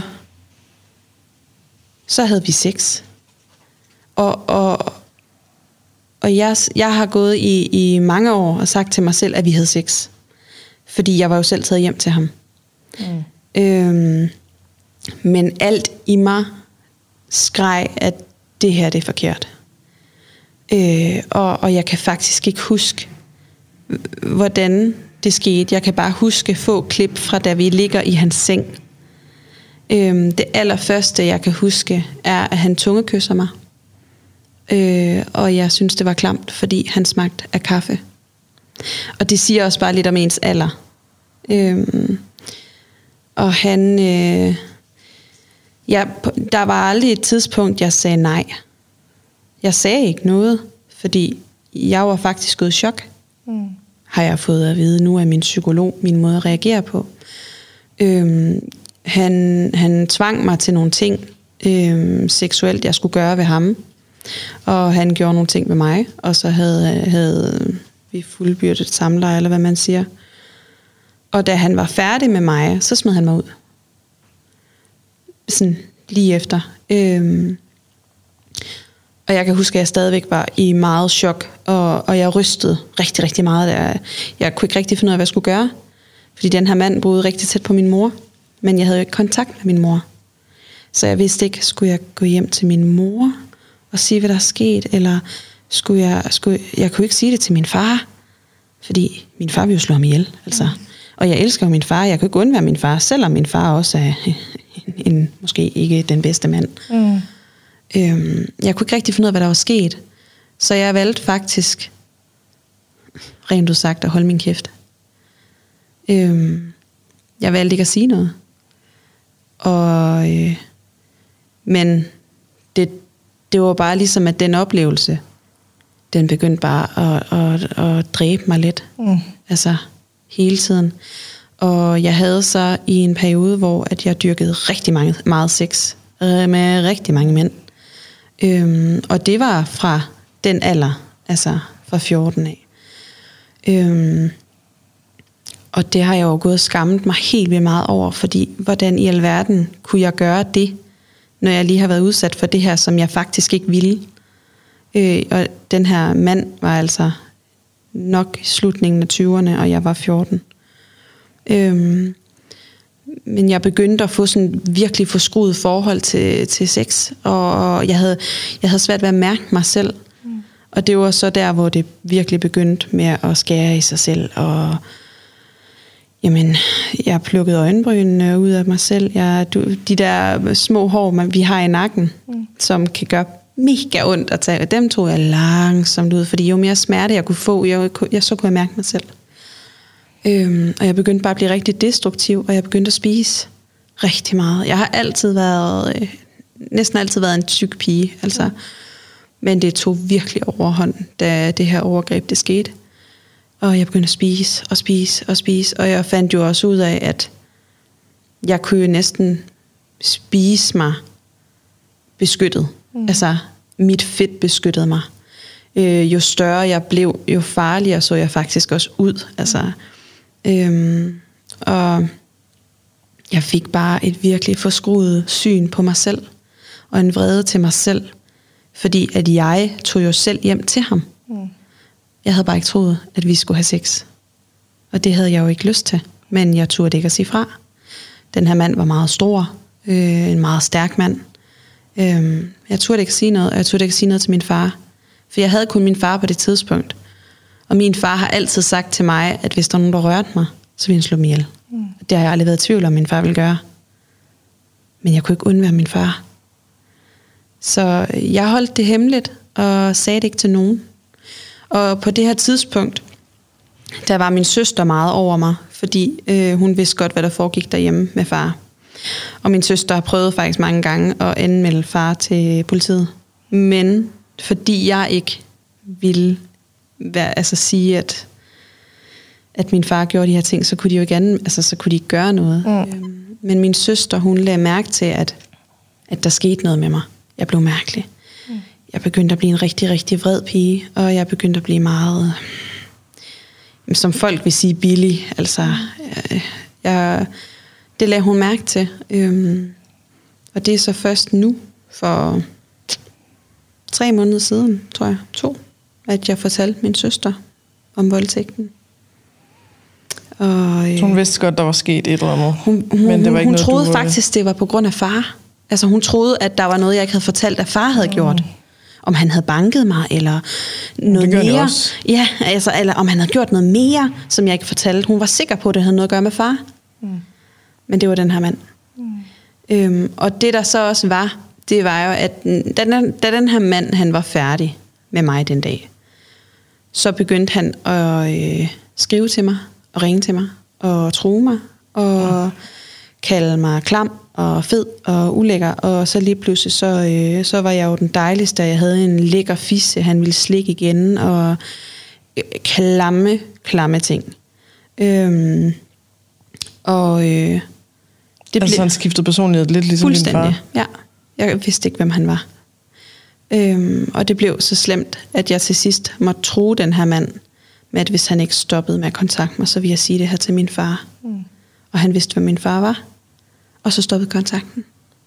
så havde vi sex. Og, og, og jeg, jeg har gået i, i mange år og sagt til mig selv, at vi havde sex. Fordi jeg var jo selv taget hjem til ham. Mm. Øhm, men alt i mig skreg, at det her det er forkert. Øh, og, og jeg kan faktisk ikke huske, hvordan det skete. Jeg kan bare huske få klip fra, da vi ligger i hans seng. Øhm, det allerførste, jeg kan huske, er, at han tungekysser mig. Øh, og jeg synes, det var klamt, fordi han smagte af kaffe. Og det siger også bare lidt om ens alder. Øhm, og han... Øh, ja, der var aldrig et tidspunkt, jeg sagde nej. Jeg sagde ikke noget, fordi jeg var faktisk gået i chok. Mm. Har jeg fået at vide nu af min psykolog, min måde at reagere på. Øhm, han, han tvang mig til nogle ting øhm, seksuelt, jeg skulle gøre ved ham. Og han gjorde nogle ting med mig, og så havde, havde vi fuldbyrdet samleje, eller hvad man siger. Og da han var færdig med mig, så smed han mig ud. Sådan lige efter. Øhm, og jeg kan huske, at jeg stadigvæk var i meget chok, og, og jeg rystede rigtig, rigtig meget. Der. Jeg kunne ikke rigtig finde ud af, hvad jeg skulle gøre, fordi den her mand boede rigtig tæt på min mor, men jeg havde jo ikke kontakt med min mor. Så jeg vidste ikke, skulle jeg gå hjem til min mor og sige, hvad der er sket, eller skulle jeg, skulle, jeg kunne ikke sige det til min far, fordi min far ville jo slå ham ihjel. Altså. Mm. Og jeg elsker jo min far, jeg kunne ikke undvære min far, selvom min far også er en, en, måske ikke den bedste mand. Mm. Øhm, jeg kunne ikke rigtig finde ud af, hvad der var sket, så jeg valgte faktisk, rent udsagt, at holde min kæft. Øhm, jeg valgte ikke at sige noget. Og, øh, men det, det var bare ligesom, at den oplevelse, den begyndte bare at, at, at dræbe mig lidt. Mm. Altså hele tiden. Og jeg havde så i en periode, hvor at jeg dyrkede rigtig mange, meget sex øh, med rigtig mange mænd. Øhm, og det var fra den alder, altså fra fjorten af. Øhm, og det har jeg jo gået og skammet mig helt vildt meget over, fordi hvordan i alverden kunne jeg gøre det, når jeg lige har været udsat for det her, som jeg faktisk ikke ville. Øh, og den her mand var altså nok i slutningen af tyverne, og jeg var fjorten. Øhm, men jeg begyndte at få sådan virkelig forskruet forhold til, til sex, og jeg havde, jeg havde svært ved at mærke mig selv. Mm. Og det var så der, hvor det virkelig begyndte med at skære i sig selv, og jamen, jeg plukkede øjenbrynene ud af mig selv. Jeg, du, de der små hår, man, vi har i nakken, mm. som kan gøre mega ondt at tage, dem tog jeg langsomt ud, fordi jo mere smerte jeg kunne få, jeg, jeg, så kunne jeg mærke mig selv. Øhm, og jeg begyndte bare at blive rigtig destruktiv, og jeg begyndte at spise rigtig meget. Jeg har altid været, øh, næsten altid været en tyk pige, altså. Mm. Men det tog virkelig overhånd, da det her overgreb det skete. Og jeg begyndte at spise og spise og spise, og jeg fandt jo også ud af, at jeg kunne jo næsten spise mig beskyttet. Mm. Altså, mit fedt beskyttede mig. Øh, jo større jeg blev, jo farligere så jeg faktisk også ud. Altså, øhm, og jeg fik bare et virkelig forskruet syn på mig selv, og en vrede til mig selv, fordi at jeg tog jo selv hjem til ham. Mm. Jeg havde bare ikke troet, at vi skulle have sex. Og det havde jeg jo ikke lyst til. Men jeg turde ikke at sige fra. Den her mand var meget stor. Øh, en meget stærk mand. Øh, jeg turde ikke sige noget. Og jeg turde ikke sige noget til min far. For jeg havde kun min far på det tidspunkt. Og min far har altid sagt til mig, at hvis der er nogen, der rørte mig, så ville han slå mig ihjel. Mm. Det har jeg aldrig været i tvivl om, min far ville gøre. Men jeg kunne ikke undvære min far. Så jeg holdt det hemmeligt, og sagde det ikke til nogen. Og på det her tidspunkt, der var min søster meget over mig, fordi øh, hun vidste godt, hvad der foregik derhjemme med far. Og min søster har prøvet faktisk mange gange at anmelde far til politiet. Men fordi jeg ikke ville være, altså sige, at, at min far gjorde de her ting, så kunne de jo ikke, anden, altså, så kunne de ikke gøre noget. Mm. Øhm, men min søster, hun lagde mærke til, at, at der skete noget med mig. Jeg blev mærkelig. Mm. Jeg begyndte at blive en rigtig, rigtig vred pige, og jeg begyndte at blive meget, som folk vil sige, billig. Altså, jeg, jeg, det lagde hun mærke til. Øhm, og det er så først nu, for tre måneder siden, tror jeg, to, at jeg fortalte min søster om voldtægten. Og, øh, hun vidste godt, der var sket et eller andet. Hun, hun, men det var ikke hun noget, troede du... faktisk, det var på grund af far. Altså hun troede, at der var noget, jeg ikke havde fortalt, at far havde mm. gjort. Om han havde banket mig, eller noget mere. Ja, altså, eller om han havde gjort noget mere, som jeg ikke fortalte. Hun var sikker på, at det havde noget at gøre med far. Mm. Men det var den her mand. Mm. Øhm, og det der så også var, det var jo, at da den, da den her mand, han var færdig med mig den dag, så begyndte han at øh, skrive til mig, og ringe til mig, og true mig, og mm. kalde mig klam, og fed og ulækker, og så lige pludselig, så, øh, så var jeg jo den dejligste, jeg havde en lækker fisse, han ville slikke igen, og øh, klamme, klamme ting. Øhm, og øh, det altså blev han skiftede personlighed lidt ligesom din far? Ja. Jeg vidste ikke, hvem han var. Øhm, og det blev så slemt, at jeg til sidst måtte true den her mand, med at hvis han ikke stoppede med at kontakte mig, så ville jeg sige det her til min far. Mm. Og han vidste, hvem min far var. Og så stoppede kontakten.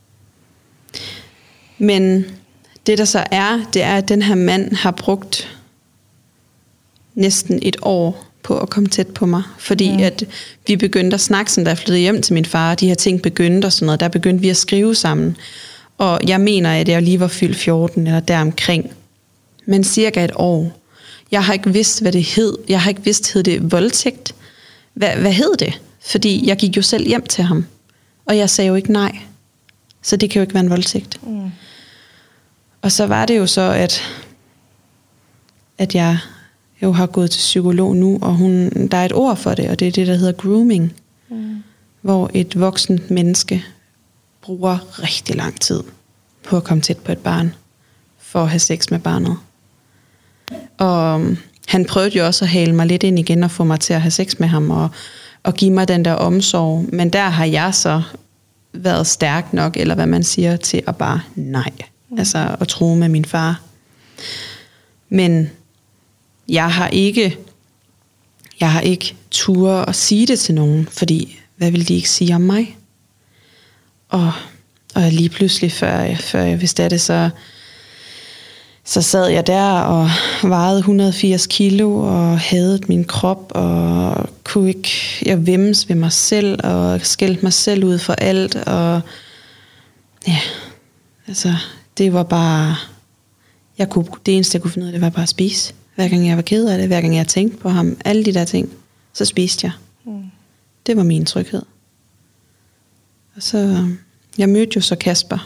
Men det der så er, det er, at den her mand har brugt næsten et år på at komme tæt på mig. Fordi mm. at vi begyndte at snakke, sådan da jeg flyttede hjem til min far, de her ting begyndte og sådan noget, der begyndte vi at skrive sammen. Og jeg mener, at jeg lige var fyldt fjorten eller deromkring. Men cirka et år. Jeg har ikke vidst, hvad det hed. Jeg har ikke vidst, hed det voldtægt. Hvad, hvad hed det? Fordi jeg gik jo selv hjem til ham. Og jeg sagde jo ikke nej. Så det kan jo ikke være en voldtægt. Mm. Og så var det jo så, at, at jeg jo har gået til psykolog nu, og hun, der er et ord for det, og det er det, der hedder grooming. Mm. Hvor et voksent menneske bruger rigtig lang tid på at komme tæt på et barn, for at have sex med barnet. Og han prøvede jo også at hale mig lidt ind igen, og få mig til at have sex med ham, og, og give mig den der omsorg. Men der har jeg så været stærk nok, eller hvad man siger, til at bare nej. Mm. Altså at true med min far. Men jeg har ikke, jeg har ikke turde at sige det til nogen, fordi hvad ville de ikke sige om mig? Og, og lige pludselig, før jeg, før jeg vidste af det, så, så sad jeg der og vejede et hundrede og firs kilo og hadede min krop og kunne ikke, jeg vemmes ved mig selv og skældte mig selv ud for alt. Og ja, altså det var bare, jeg kunne, det eneste jeg kunne finde ud af, det var bare at spise. Hver gang jeg var ked af det, hver gang jeg tænkte på ham, alle de der ting, så spiste jeg. Mm. Det var min tryghed. Og så, jeg mødte jo så Kasper.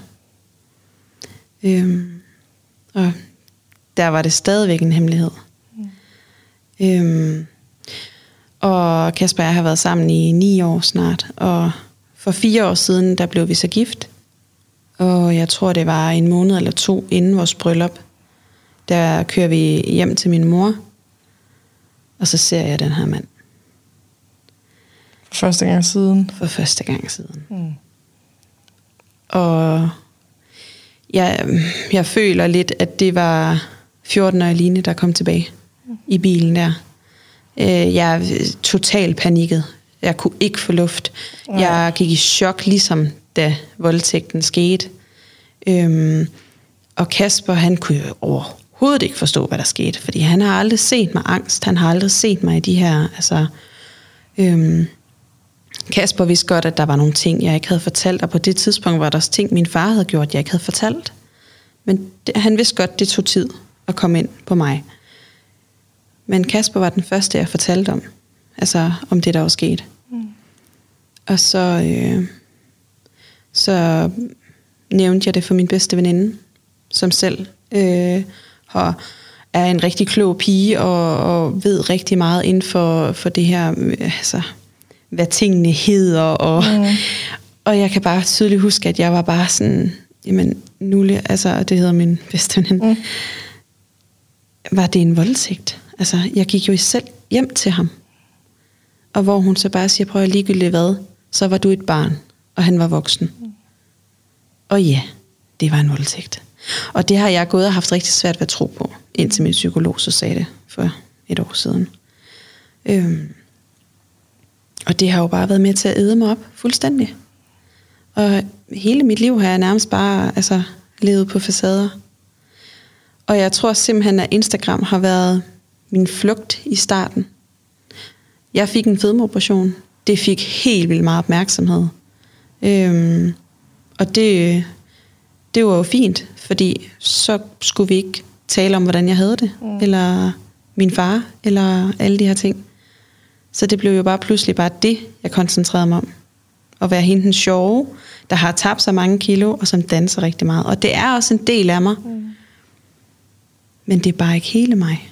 Øhm, og der var det stadigvæk en hemmelighed. Mm. Øhm, og Kasper og jeg har været sammen i ni år snart, og for fire år siden, der blev vi så gift. Og jeg tror, det var en måned eller to inden vores bryllup. Der kører vi hjem til min mor, og så ser jeg den her mand. For første gang siden? For første gang siden. Mm. Og jeg, jeg føler lidt, at det var fjorten-årige Line, der kom tilbage mm. i bilen der. Jeg er totalt panikket. Jeg kunne ikke få luft. Mm. Jeg gik i chok, ligesom da voldtægten skete. Øhm, og Kasper, han kunne jo overhovedet ikke forstå, hvad der skete, fordi han har aldrig set mig angst. Han har aldrig set mig i de her, altså... Øhm, Kasper vidste godt, at der var nogle ting, jeg ikke havde fortalt, og på det tidspunkt var der også ting, min far havde gjort, jeg ikke havde fortalt. Men det, han vidste godt, det tog tid at komme ind på mig. Men Kasper var den første, jeg fortalte om, altså om det, der var sket. Mm. Og så, øh, så nævnte jeg det for min bedste veninde, som selv øh, har, er en rigtig klog pige, og, og ved rigtig meget inden for, for det her, øh, altså... hvad tingene hedder, og, mm. og jeg kan bare tydeligt huske, at jeg var bare sådan, jamen, Nulle, altså, det hedder min bedste veninde, mm. var det en voldtægt? Altså, jeg gik jo selv hjem til ham, og hvor hun så bare siger, prøv at ligegyldigt hvad, så var du et barn, og han var voksen. Mm. Og ja, det var en voldtægt. Og det har jeg gået og haft rigtig svært ved at tro på, indtil min psykolog så sagde det for et år siden. Øhm, Og det har jo bare været med til at æde mig op fuldstændig. Og hele mit liv har jeg nærmest bare altså, levet på facader. Og jeg tror simpelthen, at Instagram har været min flugt i starten. Jeg fik en fedmeoperation. Det fik helt vildt meget opmærksomhed. Øhm, og det, det var jo fint, fordi så skulle vi ikke tale om, hvordan jeg havde det. Mm. Eller min far, eller alle de her ting. Så det blev jo bare pludselig bare det, jeg koncentrerede mig om. At være hende den sjove, der har tabt så mange kilo, og som danser rigtig meget. Og det er også en del af mig. Mm. Men det er bare ikke hele mig.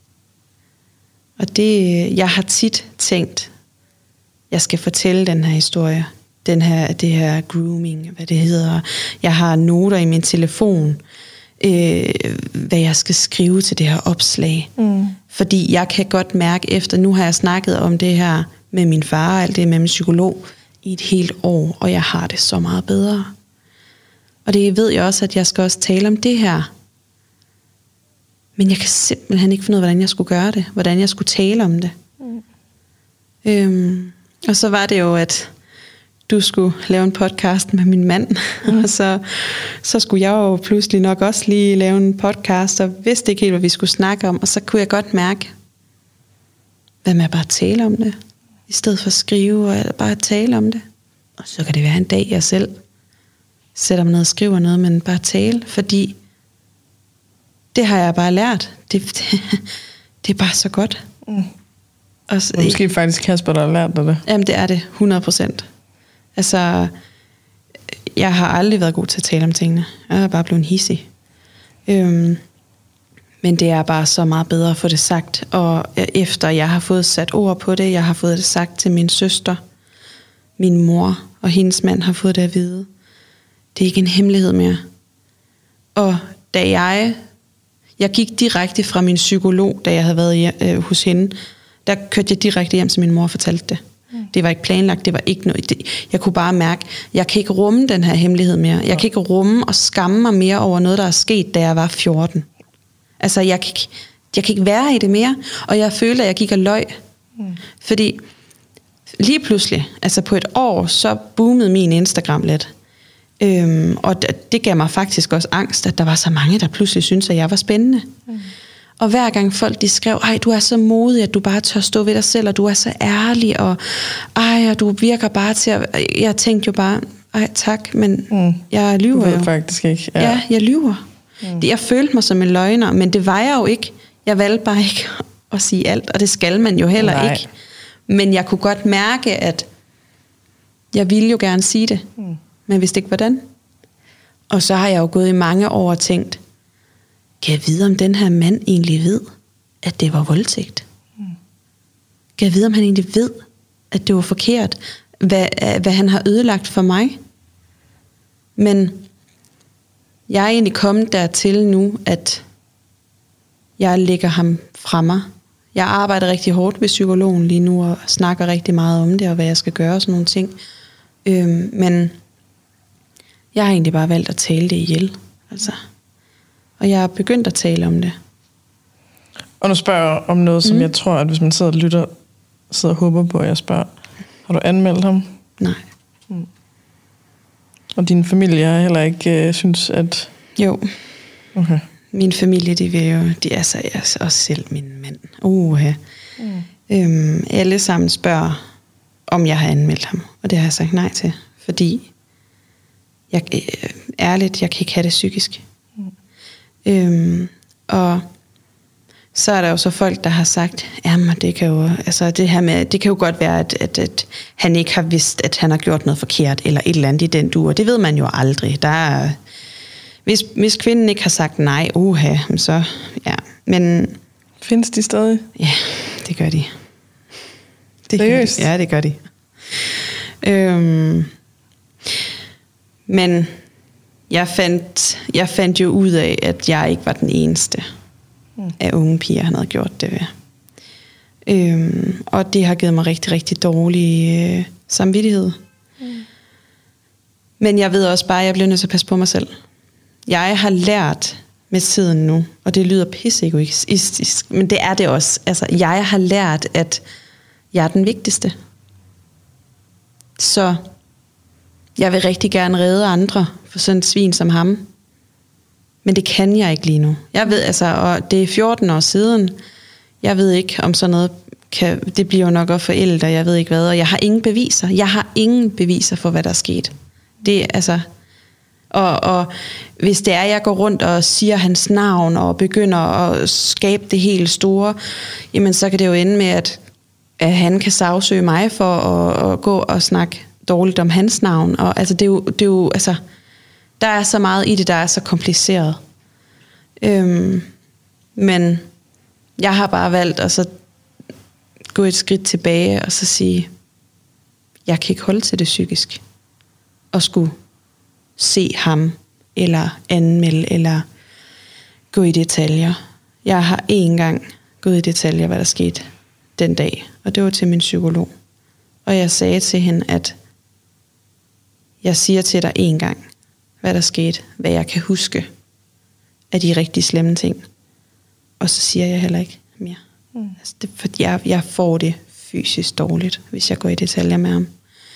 Og det, jeg har tit tænkt, jeg skal fortælle den her historie. Den her, det her grooming, hvad det hedder. Jeg har noter i min telefon, øh, hvad jeg skal skrive til det her opslag. Mm. Fordi jeg kan godt mærke efter, nu har jeg snakket om det her med min far, og alt det med min psykolog, i et helt år, og jeg har det så meget bedre. Og det ved jeg også, at jeg skal også tale om det her. Men jeg kan simpelthen ikke finde ud af, hvordan jeg skulle gøre det, hvordan jeg skulle tale om det. Mm. Øhm, og så var det jo, at du skulle lave en podcast med min mand, mm. og så, så skulle jeg jo pludselig nok også lige lave en podcast, og vidste ikke helt, hvad vi skulle snakke om, og så kunne jeg godt mærke, hvad med at bare tale om det, i stedet for at skrive, eller bare tale om det. Og så kan det være en dag, jeg selv sætter mig ned og skriver noget, men bare tale, fordi det har jeg bare lært. Det, det, det er bare så godt. Mm. Og så, måske faktisk Kasper, der har lært dig det. Jamen det er det, hundrede procent. Altså, jeg har aldrig været god til at tale om tingene. Jeg er bare blevet hissig. Øhm, men det er bare så meget bedre at få det sagt. Og efter jeg har fået sat ord på det, jeg har fået det sagt til min søster, min mor og hendes mand har fået det at vide. Det er ikke en hemmelighed mere. Og da jeg... Jeg gik direkte fra min psykolog, da jeg havde været hjem, øh, hos hende, der kørte jeg direkte hjem til min mor og fortalte det. Mm. Det var ikke planlagt, det var ikke noget. Det, jeg kunne bare mærke, jeg kan ikke rumme den her hemmelighed mere. Jeg kan ikke rumme og skamme mig mere over noget, der er sket, da jeg var fjorten. Altså, jeg kan, ikke, jeg kan ikke være i det mere, og jeg følte, at jeg gik og løg Mm. Fordi lige pludselig, altså på et år, så boomede min Instagram lidt. Øhm, og det, det gav mig faktisk også angst, at der var så mange, der pludselig syntes, at jeg var spændende. Mm. Og hver gang folk de skrev, ej, du er så modig, at du bare tør stå ved dig selv, og du er så ærlig, og ej, og du virker bare til at... Jeg tænkte jo bare, ej, tak, men mm. jeg lyver jo. Du ved faktisk ikke. Ja, ja jeg lyver. Mm. Jeg følte mig som en løgner, men det var jeg jo ikke. Jeg valgte bare ikke at sige alt, og det skal man jo heller Nej. ikke. Men jeg kunne godt mærke, at jeg ville jo gerne sige det, mm. men jeg vidste ikke hvordan. Og så har jeg jo gået i mange år og tænkt, kan jeg vide, om den her mand egentlig ved, at det var voldtægt? Mm. Kan jeg vide, om han egentlig ved, at det var forkert? Hvad, hvad han har ødelagt for mig? Men jeg er egentlig kommet dertil nu, at jeg lægger ham fra mig. Jeg arbejder rigtig hårdt ved psykologen lige nu, og snakker rigtig meget om det, og hvad jeg skal gøre og sådan nogle ting. Øhm, men jeg har egentlig bare valgt at tale det ihjel. Altså. Og jeg er begyndt at tale om det. Og nu spørger jeg om noget, som mm. jeg tror, at hvis man sidder og lytter, sidder og håber på, at jeg spørger, har du anmeldt ham? Nej. Mm. Og din familie har heller ikke øh, synes, at... Jo. Okay. Min familie, de vil jo, de er så altså også selv min mand. Uha. Mm. Øhm, alle sammen spørger, om jeg har anmeldt ham. Og det har jeg sagt nej til. Fordi, jeg, øh, ærligt, jeg kan ikke have det psykisk. Mm. Øhm, og så er der jo så folk, der har sagt, jamen det kan jo, altså det her med, det kan jo godt være, at, at, at han ikke har vidst, at han har gjort noget forkert, eller et eller andet i den dur. Det ved man jo aldrig. Der er, hvis, hvis kvinden ikke har sagt nej, uha, så ja. Men findes de stadig? Ja, det gør de. Det Seriøst? Gør de. Ja, det gør de. Øhm, men jeg fandt, jeg fandt jo ud af, at jeg ikke var den eneste mm. af unge piger, han havde gjort det ved. Øhm, og det har givet mig rigtig, rigtig dårlig øh, samvittighed. Mm. Men jeg ved også bare, at jeg bliver nødt til at passe på mig selv. Jeg har lært med tiden nu, og det lyder pisseegoistisk, men det er det også. Altså, jeg har lært, at jeg er den vigtigste. Så jeg vil rigtig gerne redde andre for sådan et svin som ham. Men det kan jeg ikke lige nu. Jeg ved, altså, og det er fjorten år siden. Jeg ved ikke, om sådan noget kan, det bliver jo nok også forældre, jeg ved ikke hvad, og jeg har ingen beviser. Jeg har ingen beviser for, hvad der er sket. Det er altså... Og, og hvis det er, jeg går rundt og siger hans navn og begynder at skabe det helt store, jamen så kan det jo ende med, at, at han kan sagsøge mig for at, at gå og snakke dårligt om hans navn. Og altså det er jo, det er jo altså, der er så meget i det, der er så kompliceret. Øhm, men jeg har bare valgt at så gå et skridt tilbage og så sige, jeg kan ikke holde til det psykisk og skulle se ham, eller anmelde, eller gå i detaljer. Jeg har én gang gået i detaljer, hvad der skete den dag, og det var til min psykolog. Og jeg sagde til hende, at jeg siger til dig én gang, hvad der skete, hvad jeg kan huske af de rigtig slemme ting. Og så siger jeg heller ikke mere. Mm. Altså det, for jeg, jeg får det fysisk dårligt, hvis jeg går i detaljer med ham.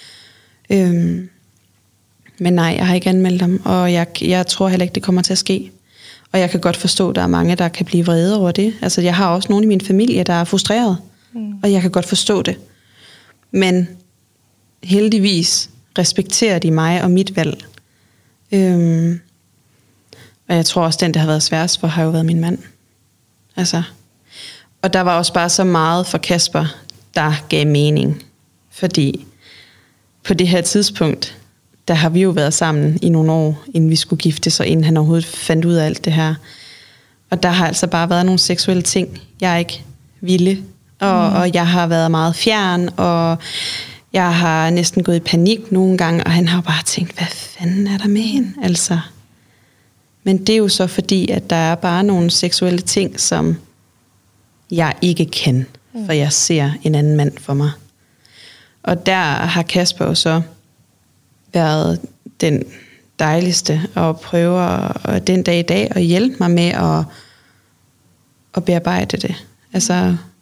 Øhm, Men nej, jeg har ikke anmeldt ham, og jeg, jeg tror heller ikke, det kommer til at ske. Og jeg kan godt forstå, at der er mange, der kan blive vrede over det. Altså, jeg har også nogle i min familie, der er frustreret, mm. og jeg kan godt forstå det. Men heldigvis respekterer de mig og mit valg. Øhm, og jeg tror også, den, der har været sværest for, har jo været min mand. Altså, og der var også bare så meget for Kasper, der gav mening. Fordi på det her tidspunkt, der har vi jo været sammen i nogle år, inden vi skulle giftes, og inden han overhovedet fandt ud af alt det her. Og der har altså bare været nogle seksuelle ting, jeg ikke ville. Og, mm. og jeg har været meget fjern, og jeg har næsten gået i panik nogle gange, og han har bare tænkt, hvad fanden er der med hende? Altså. Men det er jo så fordi, at der er bare nogle seksuelle ting, som jeg ikke kan, for jeg ser en anden mand for mig. Og der har Kasper jo så været den dejligste og prøver og den dag i dag at hjælpe mig med at, at bearbejde det. Altså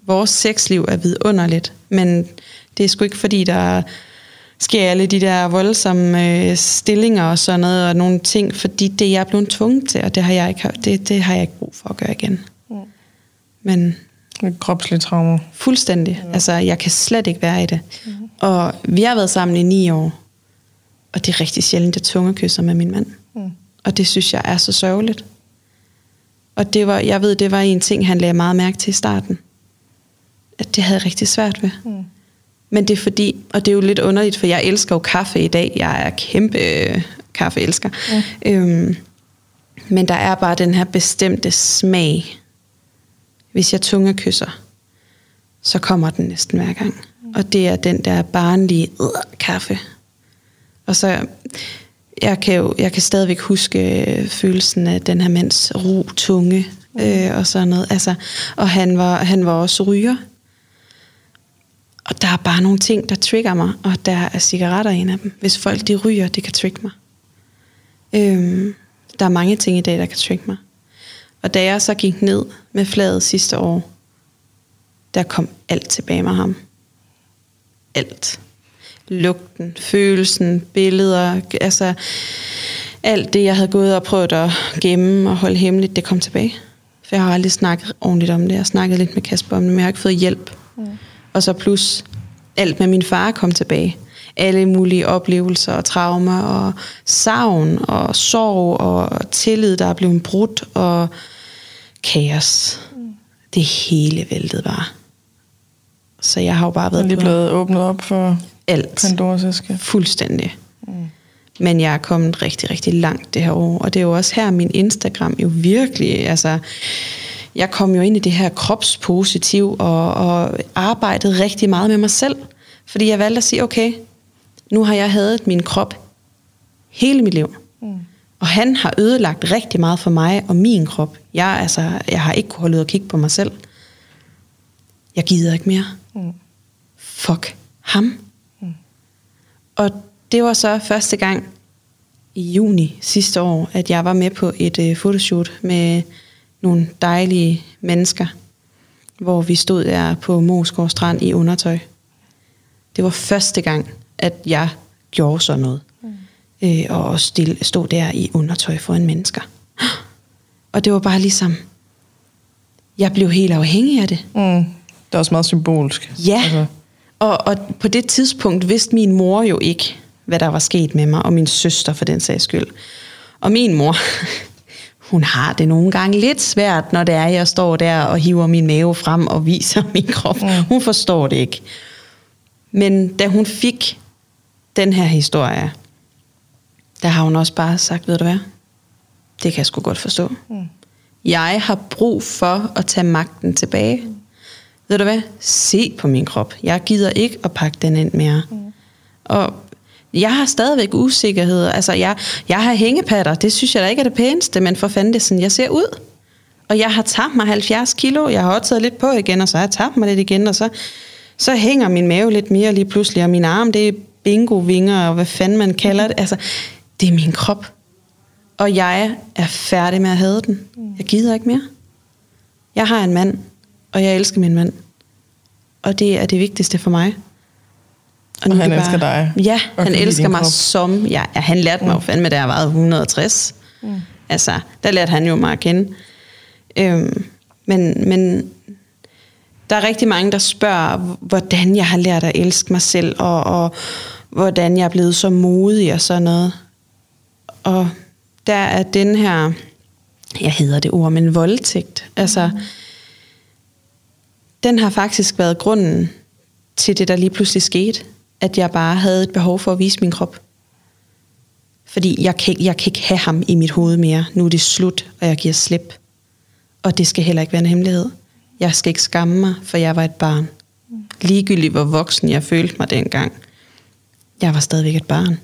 Vores sexliv er vidunderligt, men det er sgu ikke fordi, der sker alle de der voldsomme øh, stillinger og sådan noget, og nogle ting, fordi det jeg er blevet tvunget til, og det har jeg ikke, det, det har jeg ikke brug for at gøre igen. Mm. Men kropslige traumer. Fuldstændig. Ja. Altså, jeg kan slet ikke være i det. Mm. Og vi har været sammen i ni år, og det er rigtig sjældent, at tungekysser med min mand. Mm. Og det synes jeg er så sørgeligt. Og det var, jeg ved, det var en ting, han lagde meget mærke til i starten. At det havde jeg rigtig svært ved. Mm. Men det er fordi, og det er jo lidt underligt, for jeg elsker jo kaffe i dag. Jeg er kæmpe øh, kaffeelsker. Mm. Øhm, men der er bare den her bestemte smag. Hvis jeg tungekysser, så kommer den næsten hver gang. Mm. Og det er den der barnlige øh, kaffe. Og så, jeg kan jo jeg kan stadigvæk huske følelsen af den her mands ru tunge øh, og sådan noget. Altså, og han var, han var også ryger. Og der er bare nogle ting, der trigger mig, og der er cigaretter en af dem. Hvis folk de ryger, det kan trigge mig. Øhm, der er mange ting i dag, der kan trigge mig. Og da jeg så gik ned med flaget sidste år, der kom alt tilbage med ham. Alt. Lugten, følelsen, billeder, altså alt det, jeg havde gået og prøvet at gemme og holde hemmeligt, det kom tilbage. For jeg har aldrig snakket ordentligt om det. Jeg har snakket lidt med Kasper om det, men jeg har ikke fået hjælp. Mm. Og så plus alt med min far kom tilbage. Alle mulige oplevelser og traumer og savn og sorg og tillid, der er blevet brudt og kaos. Mm. Det hele væltede bare. Så jeg har jo bare været lige blevet åbnet op for alt. Pandoras æske. Fuldstændig. Mm. Men jeg er kommet rigtig, rigtig langt det her år. Og det er jo også her, min Instagram jo virkelig, altså, jeg kom jo ind i det her kropspositiv og, og arbejdede rigtig meget med mig selv. Fordi jeg valgte at sige, okay, nu har jeg hadet min krop hele mit liv. Mm. Og han har ødelagt rigtig meget for mig og min krop. Jeg, altså, jeg har ikke kunnet holde ud og kigge på mig selv. Jeg gider ikke mere. Mm. Fuck ham. Mm. Og det var så første gang i juni sidste år, at jeg var med på et øh, fotoshoot med nogle dejlige mennesker, hvor vi stod der på Moesgaard Strand i undertøj. Det var første gang, at jeg gjorde sådan noget. Mm. Øh, og stille, stod der i undertøj foran mennesker. Og det var bare ligesom, jeg blev helt afhængig af det. Mm. Det er også meget symbolsk. Ja, altså. og, og på det tidspunkt vidste min mor jo ikke, hvad der var sket med mig, og min søster for den sags skyld. Og min mor, hun har det nogle gange lidt svært, når det er, jeg står der og hiver min mave frem og viser min krop. Mm. Hun forstår det ikke. Men da hun fik den her historie, der har hun også bare sagt, ved du hvad, det kan jeg sgu godt forstå. Mm. Jeg har brug for at tage magten tilbage. Mm. Ved du hvad, se på min krop. Jeg gider ikke at pakke den ind mere. Mm. Og jeg har stadigvæk usikkerheder. Altså, jeg, jeg har hængepatter. Det synes jeg da ikke er det pæneste, men for fanden det sådan, jeg ser ud. Og jeg har tabt mig halvfjerds kilo. Jeg har også taget lidt på igen, og så har jeg tabt mig lidt igen, og så, så hænger min mave lidt mere lige pludselig, og min arm, det er bingo-vinger, og hvad fanden man kalder det. Altså, det er min krop. Og jeg er færdig med at have den. Jeg gider ikke mere. Jeg har en mand, og jeg elsker min mand. Og det er det vigtigste for mig. Og, og han bare, elsker dig. Ja, han elsker mig krop. som... Ja, ja, han lærte mig mm. jo fandme, da jeg var et hundrede og tres. Mm. Altså, der lærte han jo mig at kende. Øhm, men, men der er rigtig mange, der spørger, hvordan jeg har lært at elske mig selv, og, og hvordan jeg er blevet så modig og sådan noget. Og der er den her... Jeg hedder det ord, men voldtægt. Altså... Mm. Den har faktisk været grunden til det, der lige pludselig skete. At jeg bare havde et behov for at vise min krop. Fordi jeg kan, jeg kan ikke have ham i mit hoved mere. Nu er det slut, og jeg giver slip. Og det skal heller ikke være en hemmelighed. Jeg skal ikke skamme mig, for jeg var et barn. Ligegyldigt hvor voksen jeg følte mig dengang. Jeg var stadigvæk et barn.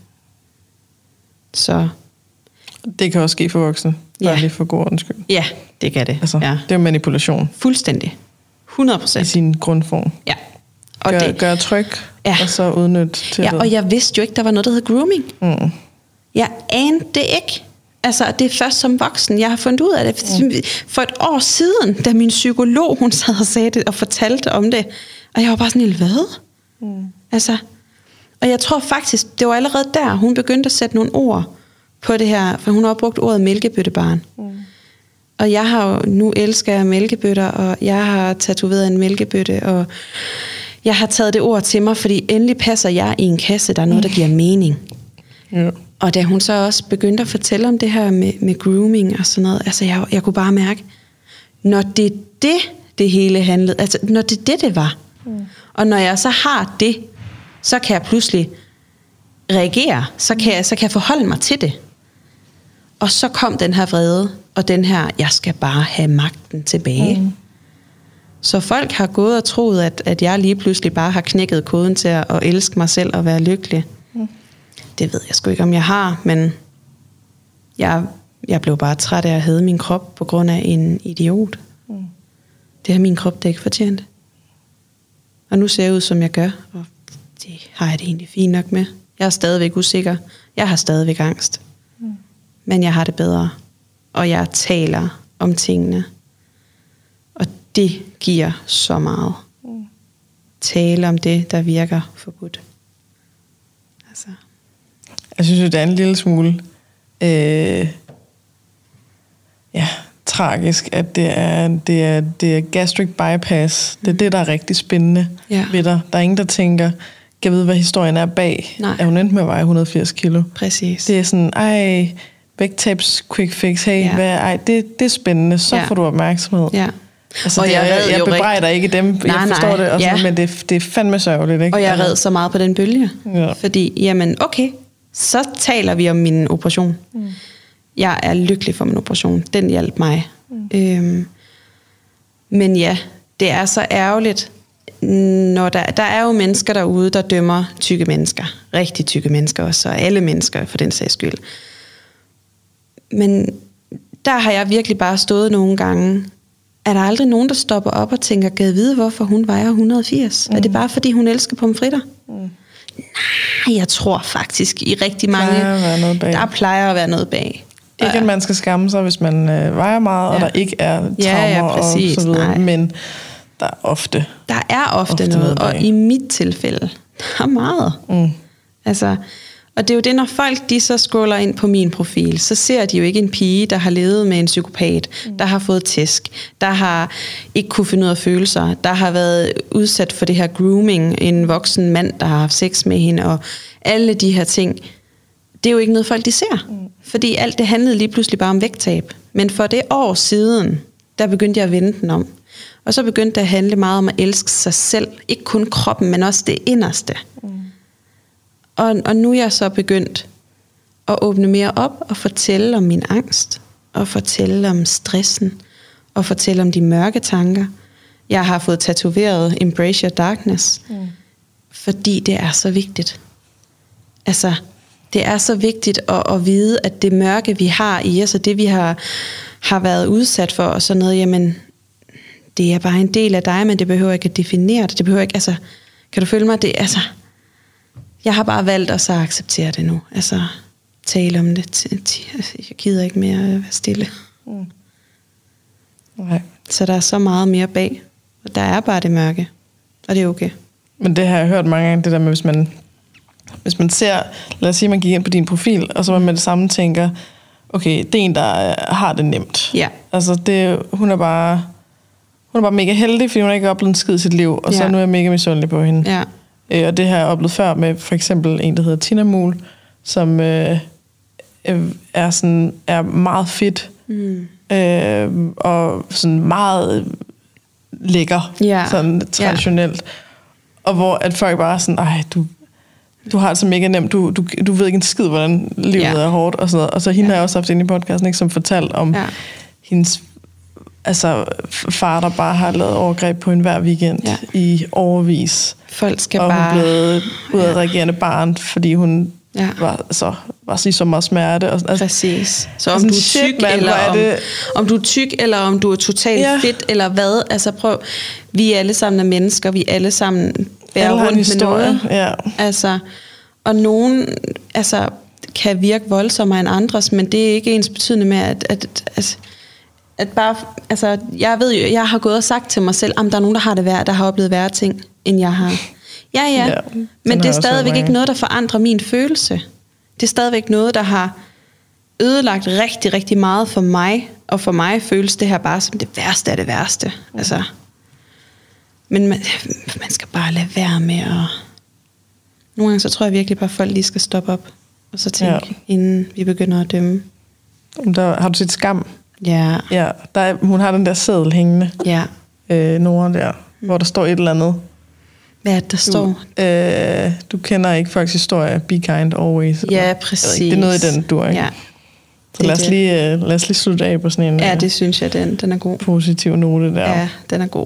Så... Det kan også ske for voksne. Bare ja. lige for god ordens skyld. Ja, det kan det. Altså, ja. Det er manipulation. Fuldstændig. hundrede procent. I sin grundform. Ja. Og gør, det, gør tryk, ja. og så udnyt til ja, det. Og jeg vidste jo ikke, der var noget, der hed grooming. Mm. Jeg anede det ikke. Altså, det er først som voksen, jeg har fundet ud af det. Mm. For et år siden, da min psykolog, hun sad og sagde det, og fortalte om det, og jeg var bare sådan helt, hvad? Mm. Altså, og jeg tror faktisk, det var allerede der, hun begyndte at sætte nogle ord på det her, for hun har brugt ordet mælkebøttebarn. Mm. Og jeg har jo, nu elsker jeg mælkebøtter, og jeg har tatoveret en mælkebøtte, og jeg har taget det ord til mig, fordi endelig passer jeg i en kasse, der er noget, der giver mening. Ja. Og da hun så også begyndte at fortælle om det her med, med grooming og sådan noget, altså jeg, jeg kunne bare mærke, når det er det, det hele handlede, altså når det er det, det var, mm. og når jeg så har det, så kan jeg pludselig reagere, så kan jeg, så kan jeg forholde mig til det. Og så kom den her vrede, og den her, jeg skal bare have magten tilbage. Mm. Så folk har gået og troet, at, at jeg lige pludselig bare har knækket koden til at, at elske mig selv og være lykkelig. Mm. Det ved jeg sgu ikke, om jeg har, men jeg, jeg blev bare træt af at have min krop på grund af en idiot. Mm. Det har min krop da ikke fortjent. Og nu ser jeg ud, som jeg gør, og det har jeg det egentlig fint nok med. Jeg er stadigvæk usikker. Jeg har stadigvæk angst. Mm. Men jeg har det bedre. Og jeg taler om tingene. Og det giver så meget. Mm. Tale om det, der virker forbudt. Altså. Jeg synes jo, det er en lille smule øh, ja, tragisk, at det er, det er, det er gastric bypass. Det er det, der er rigtig spændende ja. ved dig. Der er ingen, der tænker, kan vide, hvad historien er bag. Nej. Er hun endt med at veje et hundrede og firs kilo? Præcis. Det er sådan, ej, vægttabs quick fix, hey, ja. hvad, ej, det, det er spændende, så ja. får du opmærksomhed. Ja. Altså, og det, jeg, jeg, jeg bebrejder rigt... ikke dem, nej, jeg forstår nej. det, og sådan, ja. men det, det er fandme sørgeligt. Ikke? Og jeg red så meget på den bølge. Ja. Fordi, jamen, okay, så taler vi om min operation. Mm. Jeg er lykkelig for min operation. Den hjalp mig. Mm. Øhm, men ja, det er så ærgerligt, når der, der er jo mennesker derude, der dømmer tykke mennesker. Rigtig tykke mennesker også, og alle mennesker for den sags skyld. Men der har jeg virkelig bare stået nogle gange. Er der aldrig nogen, der stopper op og tænker, kan jeg vide, hvorfor hun vejer et hundrede og firs? Mm. Er det bare, fordi hun elsker pomfritter? Mm. Nej, jeg tror faktisk i rigtig mange, der plejer at være noget bag. Ikke, at man skal skamme sig, hvis man øh, vejer meget, ja. og der ikke er traumer ja, ja, præcis, og så videre. Nej. Men der er ofte Der er ofte, ofte noget, noget og i mit tilfælde, der er meget. Mm. Altså, og det er jo det, når folk de så scroller ind på min profil, så ser de jo ikke en pige, der har levet med en psykopat, mm. der har fået tæsk, der har ikke kunne finde ud af følelser, der har været udsat for det her grooming, en voksen mand, der har haft sex med hende, og alle de her ting. Det er jo ikke noget, folk de ser. Mm. Fordi alt det handlede lige pludselig bare om vægttab. Men for det år siden, der begyndte jeg at vende den om. Og så begyndte det at handle meget om at elske sig selv. Ikke kun kroppen, men også det inderste. Mm. Og, og nu er jeg så begyndt at åbne mere op og fortælle om min angst. Og fortælle om stressen. Og fortælle om de mørke tanker. Jeg har fået tatoveret Embrace Your Darkness. Mm. Fordi det er så vigtigt. Altså, det er så vigtigt at, at vide, at det mørke, vi har i os, og det vi har, har været udsat for, og sådan noget, jamen, det er bare en del af dig, men det behøver ikke at definere det. Det behøver ikke, altså, kan du følge mig? Det, altså, jeg har bare valgt at så acceptere det nu. Altså, tale om det. Jeg gider ikke mere at være stille. Mm. Okay. Så der er så meget mere bag. Og der er bare det mørke. Og det er okay. Men det har jeg hørt mange gange, det der med, hvis man, hvis man ser, lad os sige, man gik ind på din profil, og så man med det samme tænker, okay, det er en, der har det nemt. Ja. Altså, det, hun er bare... Hun er bare mega heldig, fordi hun ikke har oplevet en skid i sit liv, og ja. så nu er jeg mega misundelig på hende. Ja. Øh, og det har jeg oplevet før med for eksempel en, der hedder Tina Mul, som øh, er, sådan, er meget fit, mm. øh, og sådan meget lækker, ja. sådan traditionelt. Ja. Og hvor at folk bare er sådan, ej, du, du har det så mega nemt, du, du, du ved ikke en skid, hvordan livet ja. er hårdt, og sådan noget. Og så hende ja. har jeg også haft inde i podcasten, ikke, som fortalt om ja. hendes... Altså far, der bare har lavet overgreb på en hver weekend ja. i årevis. Folk skal og bare... Og hun blev udadreagerende ja. barn, fordi hun ja. var, altså, var så, så meget smerte. Og, altså, præcis. Så om du er tyk, shit, man, eller om, det... om du er tyk, eller om du er totalt ja. fedt, eller hvad. Altså prøv, vi er alle sammen er mennesker, vi er alle sammen bærer rundt med noget. Ja. Altså, og nogen, altså... kan virke voldsommere end andres, men det er ikke ens betydende med, at, at, at, at bare, altså, jeg ved jo, jeg har gået og sagt til mig selv, om der er nogen, der har det værd, der har oplevet værre ting, end jeg har. Ja, ja, ja men det er stadigvæk ikke noget, der forandrer min følelse. Det er stadigvæk noget, der har ødelagt rigtig, rigtig meget for mig, og for mig føles det her bare som det værste af det værste. Mm. Altså, men man, man skal bare lade være med at... Nogle gange så tror jeg virkelig bare, at folk lige skal stoppe op, og så tænke, ja. inden vi begynder at dømme. Der, har du set Skam? Ja. Ja, der er, hun har den der seddel hængende. Ja. Øh, Nora der, mm. hvor der står et eller andet. Hvad er det, der står? Du, øh, du kender ikke folks historie. Be kind always. Ja, præcis. Det er noget i den, du ikke? Ja. Så lad os, lige, uh, lad os lige slutte af på sådan en ja, det synes jeg, den, den er god. Positiv note der. Ja, den er god.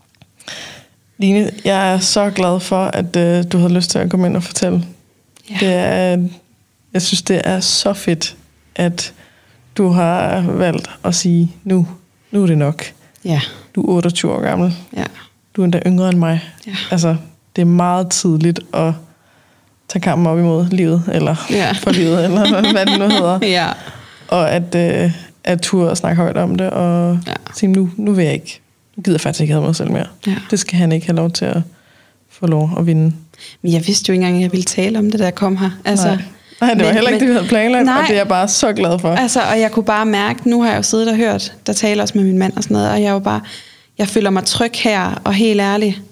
Line, jeg er så glad for, at uh, du havde lyst til at komme ind og fortælle. Ja. Det er, jeg synes, det er så fedt, at du har valgt at sige, nu, nu er det nok. Ja. Du er otteogtyve år gammel. Ja. Du er endda yngre end mig. Ja. Altså, det er meget tidligt at tage kampen op imod livet, eller ja. for livet, eller hvad det nu hedder. Ja. Og at, øh, at turde snakke højt om det, og ja. sige, nu, nu vil jeg ikke. Nu gider jeg faktisk ikke have mig selv mere. Ja. Det skal han ikke have lov til at få lov at vinde. Men jeg vidste jo ikke engang, at jeg ville tale om det, der kom her. Altså, nej. nej, det var men, heller ikke men, det, vi havde planlagt, nej, og det er jeg bare så glad for. Altså, og jeg kunne bare mærke, nu har jeg jo siddet og hørt, der taler også med min mand og sådan noget, og jeg er jo bare, jeg føler mig tryg her, og helt ærlig,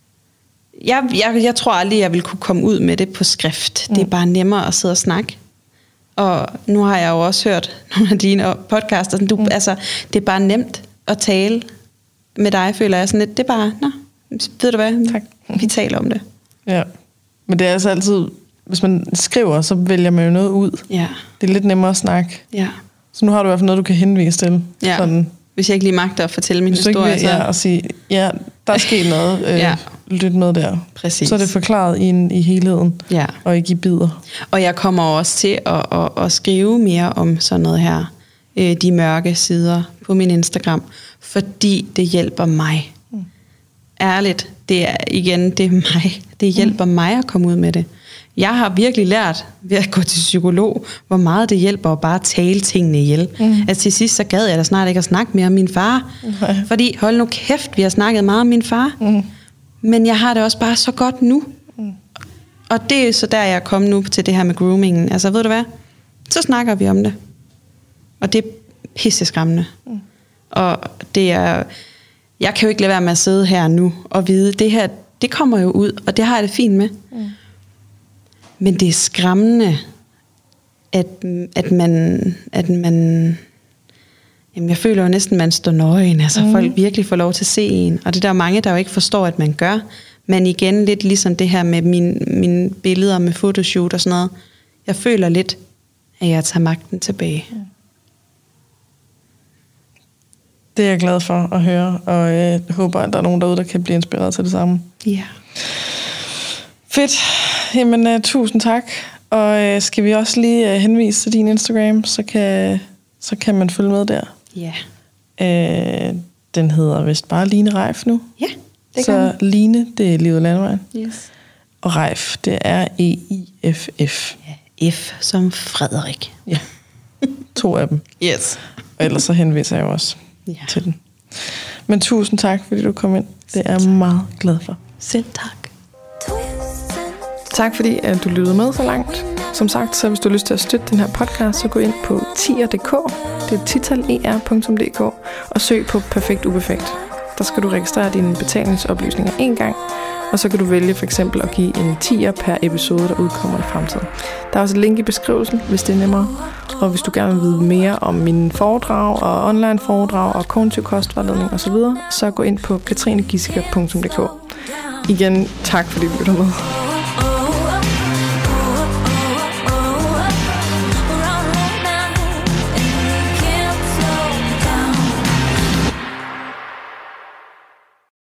jeg, jeg, jeg tror aldrig, jeg ville kunne komme ud med det på skrift. Mm. Det er bare nemmere at sidde og snakke. Og nu har jeg jo også hørt nogle af dine podcaster. Du, mm. altså, det er bare nemt at tale med dig, føler jeg sådan lidt. Det er bare, nå, ved du hvad, tak. Vi taler om det. Ja, men det er altså altid, hvis man skriver, så vælger man jo noget ud. Ja. Det er lidt nemmere at snakke. Ja. Så nu har du i hvert fald noget, du kan henvise til. Ja. Sådan. Hvis jeg ikke lige magter at fortælle min Hvis historie. Hvis du ikke vil, ja, og sige, ja, der er sket noget. Øh, ja. Lyt med der. Præcis. Så er det forklaret i, en, i helheden, ja. Og ikke i bidder. Og jeg kommer også til at, at, at skrive mere om sådan noget her, øh, de mørke sider på min Instagram, fordi det hjælper mig. Mm. Ærligt, det er igen, det er mig. Det hjælper mm. mig at komme ud med det. Jeg har virkelig lært ved at gå til psykolog, hvor meget det hjælper at bare tale tingene ihjel. Mm. Altså til sidst, så gad jeg da snart ikke at snakke mere om min far. Nej. Fordi hold nu kæft, vi har snakket meget om min far. Mm. Men jeg har det også bare så godt nu. Mm. Og det er så der, jeg er kommet nu til det her med groomingen. Altså ved du hvad? Så snakker vi om det. Og det er pisseskræmmende. Mm. Og det er... Jeg kan jo ikke lade være med at sidde her nu og vide, det her, det kommer jo ud, og det har jeg det fint med. Mm. Men det er skræmmende, at, at man... At man jamen, jeg føler jo næsten, at man står nøgen. Altså, mm. folk virkelig får lov til at se en. Og det er der mange, der jo ikke forstår, at man gør. Men igen, lidt ligesom det her med mine, mine billeder med photoshoot og sådan noget. Jeg føler lidt, at jeg tager magten tilbage. Mm. Det er jeg glad for at høre, og jeg håber, at der er nogen derude, der kan blive inspireret til det samme. Ja. Fedt. Jamen, uh, tusind tak. Og uh, skal vi også lige uh, henvise til din Instagram, så kan, så kan man følge med der. Ja. Uh, den hedder vist bare Line Reif nu. Ja, det så kan Så Line, det er Livet Landevejen. Yes. Og Reif, det er E I F F. Ja, F som Frederik. Ja, to af dem. Yes. Og ellers så henviser jeg også ja. til den. Men tusind tak, fordi du kom ind. Det er jeg meget glad for. Selv tak. Tak fordi at du lyttede med så langt. Som sagt, så hvis du har lyst til at støtte den her podcast, så gå ind på tier punktum d k, det er titaler punktum d k, og søg på Perfekt Uperfekt. Der skal du registrere dine betalingsoplysninger en gang, og så kan du vælge for eksempel at give en tier per episode, der udkommer i fremtiden. Der er også et link i beskrivelsen, hvis det er nemmere. Og hvis du gerne vil vide mere om mine foredrag og online foredrag og kognitiv kostvejledning osv., så gå ind på katrinegissiker punktum d k. Igen, tak fordi du lytter med.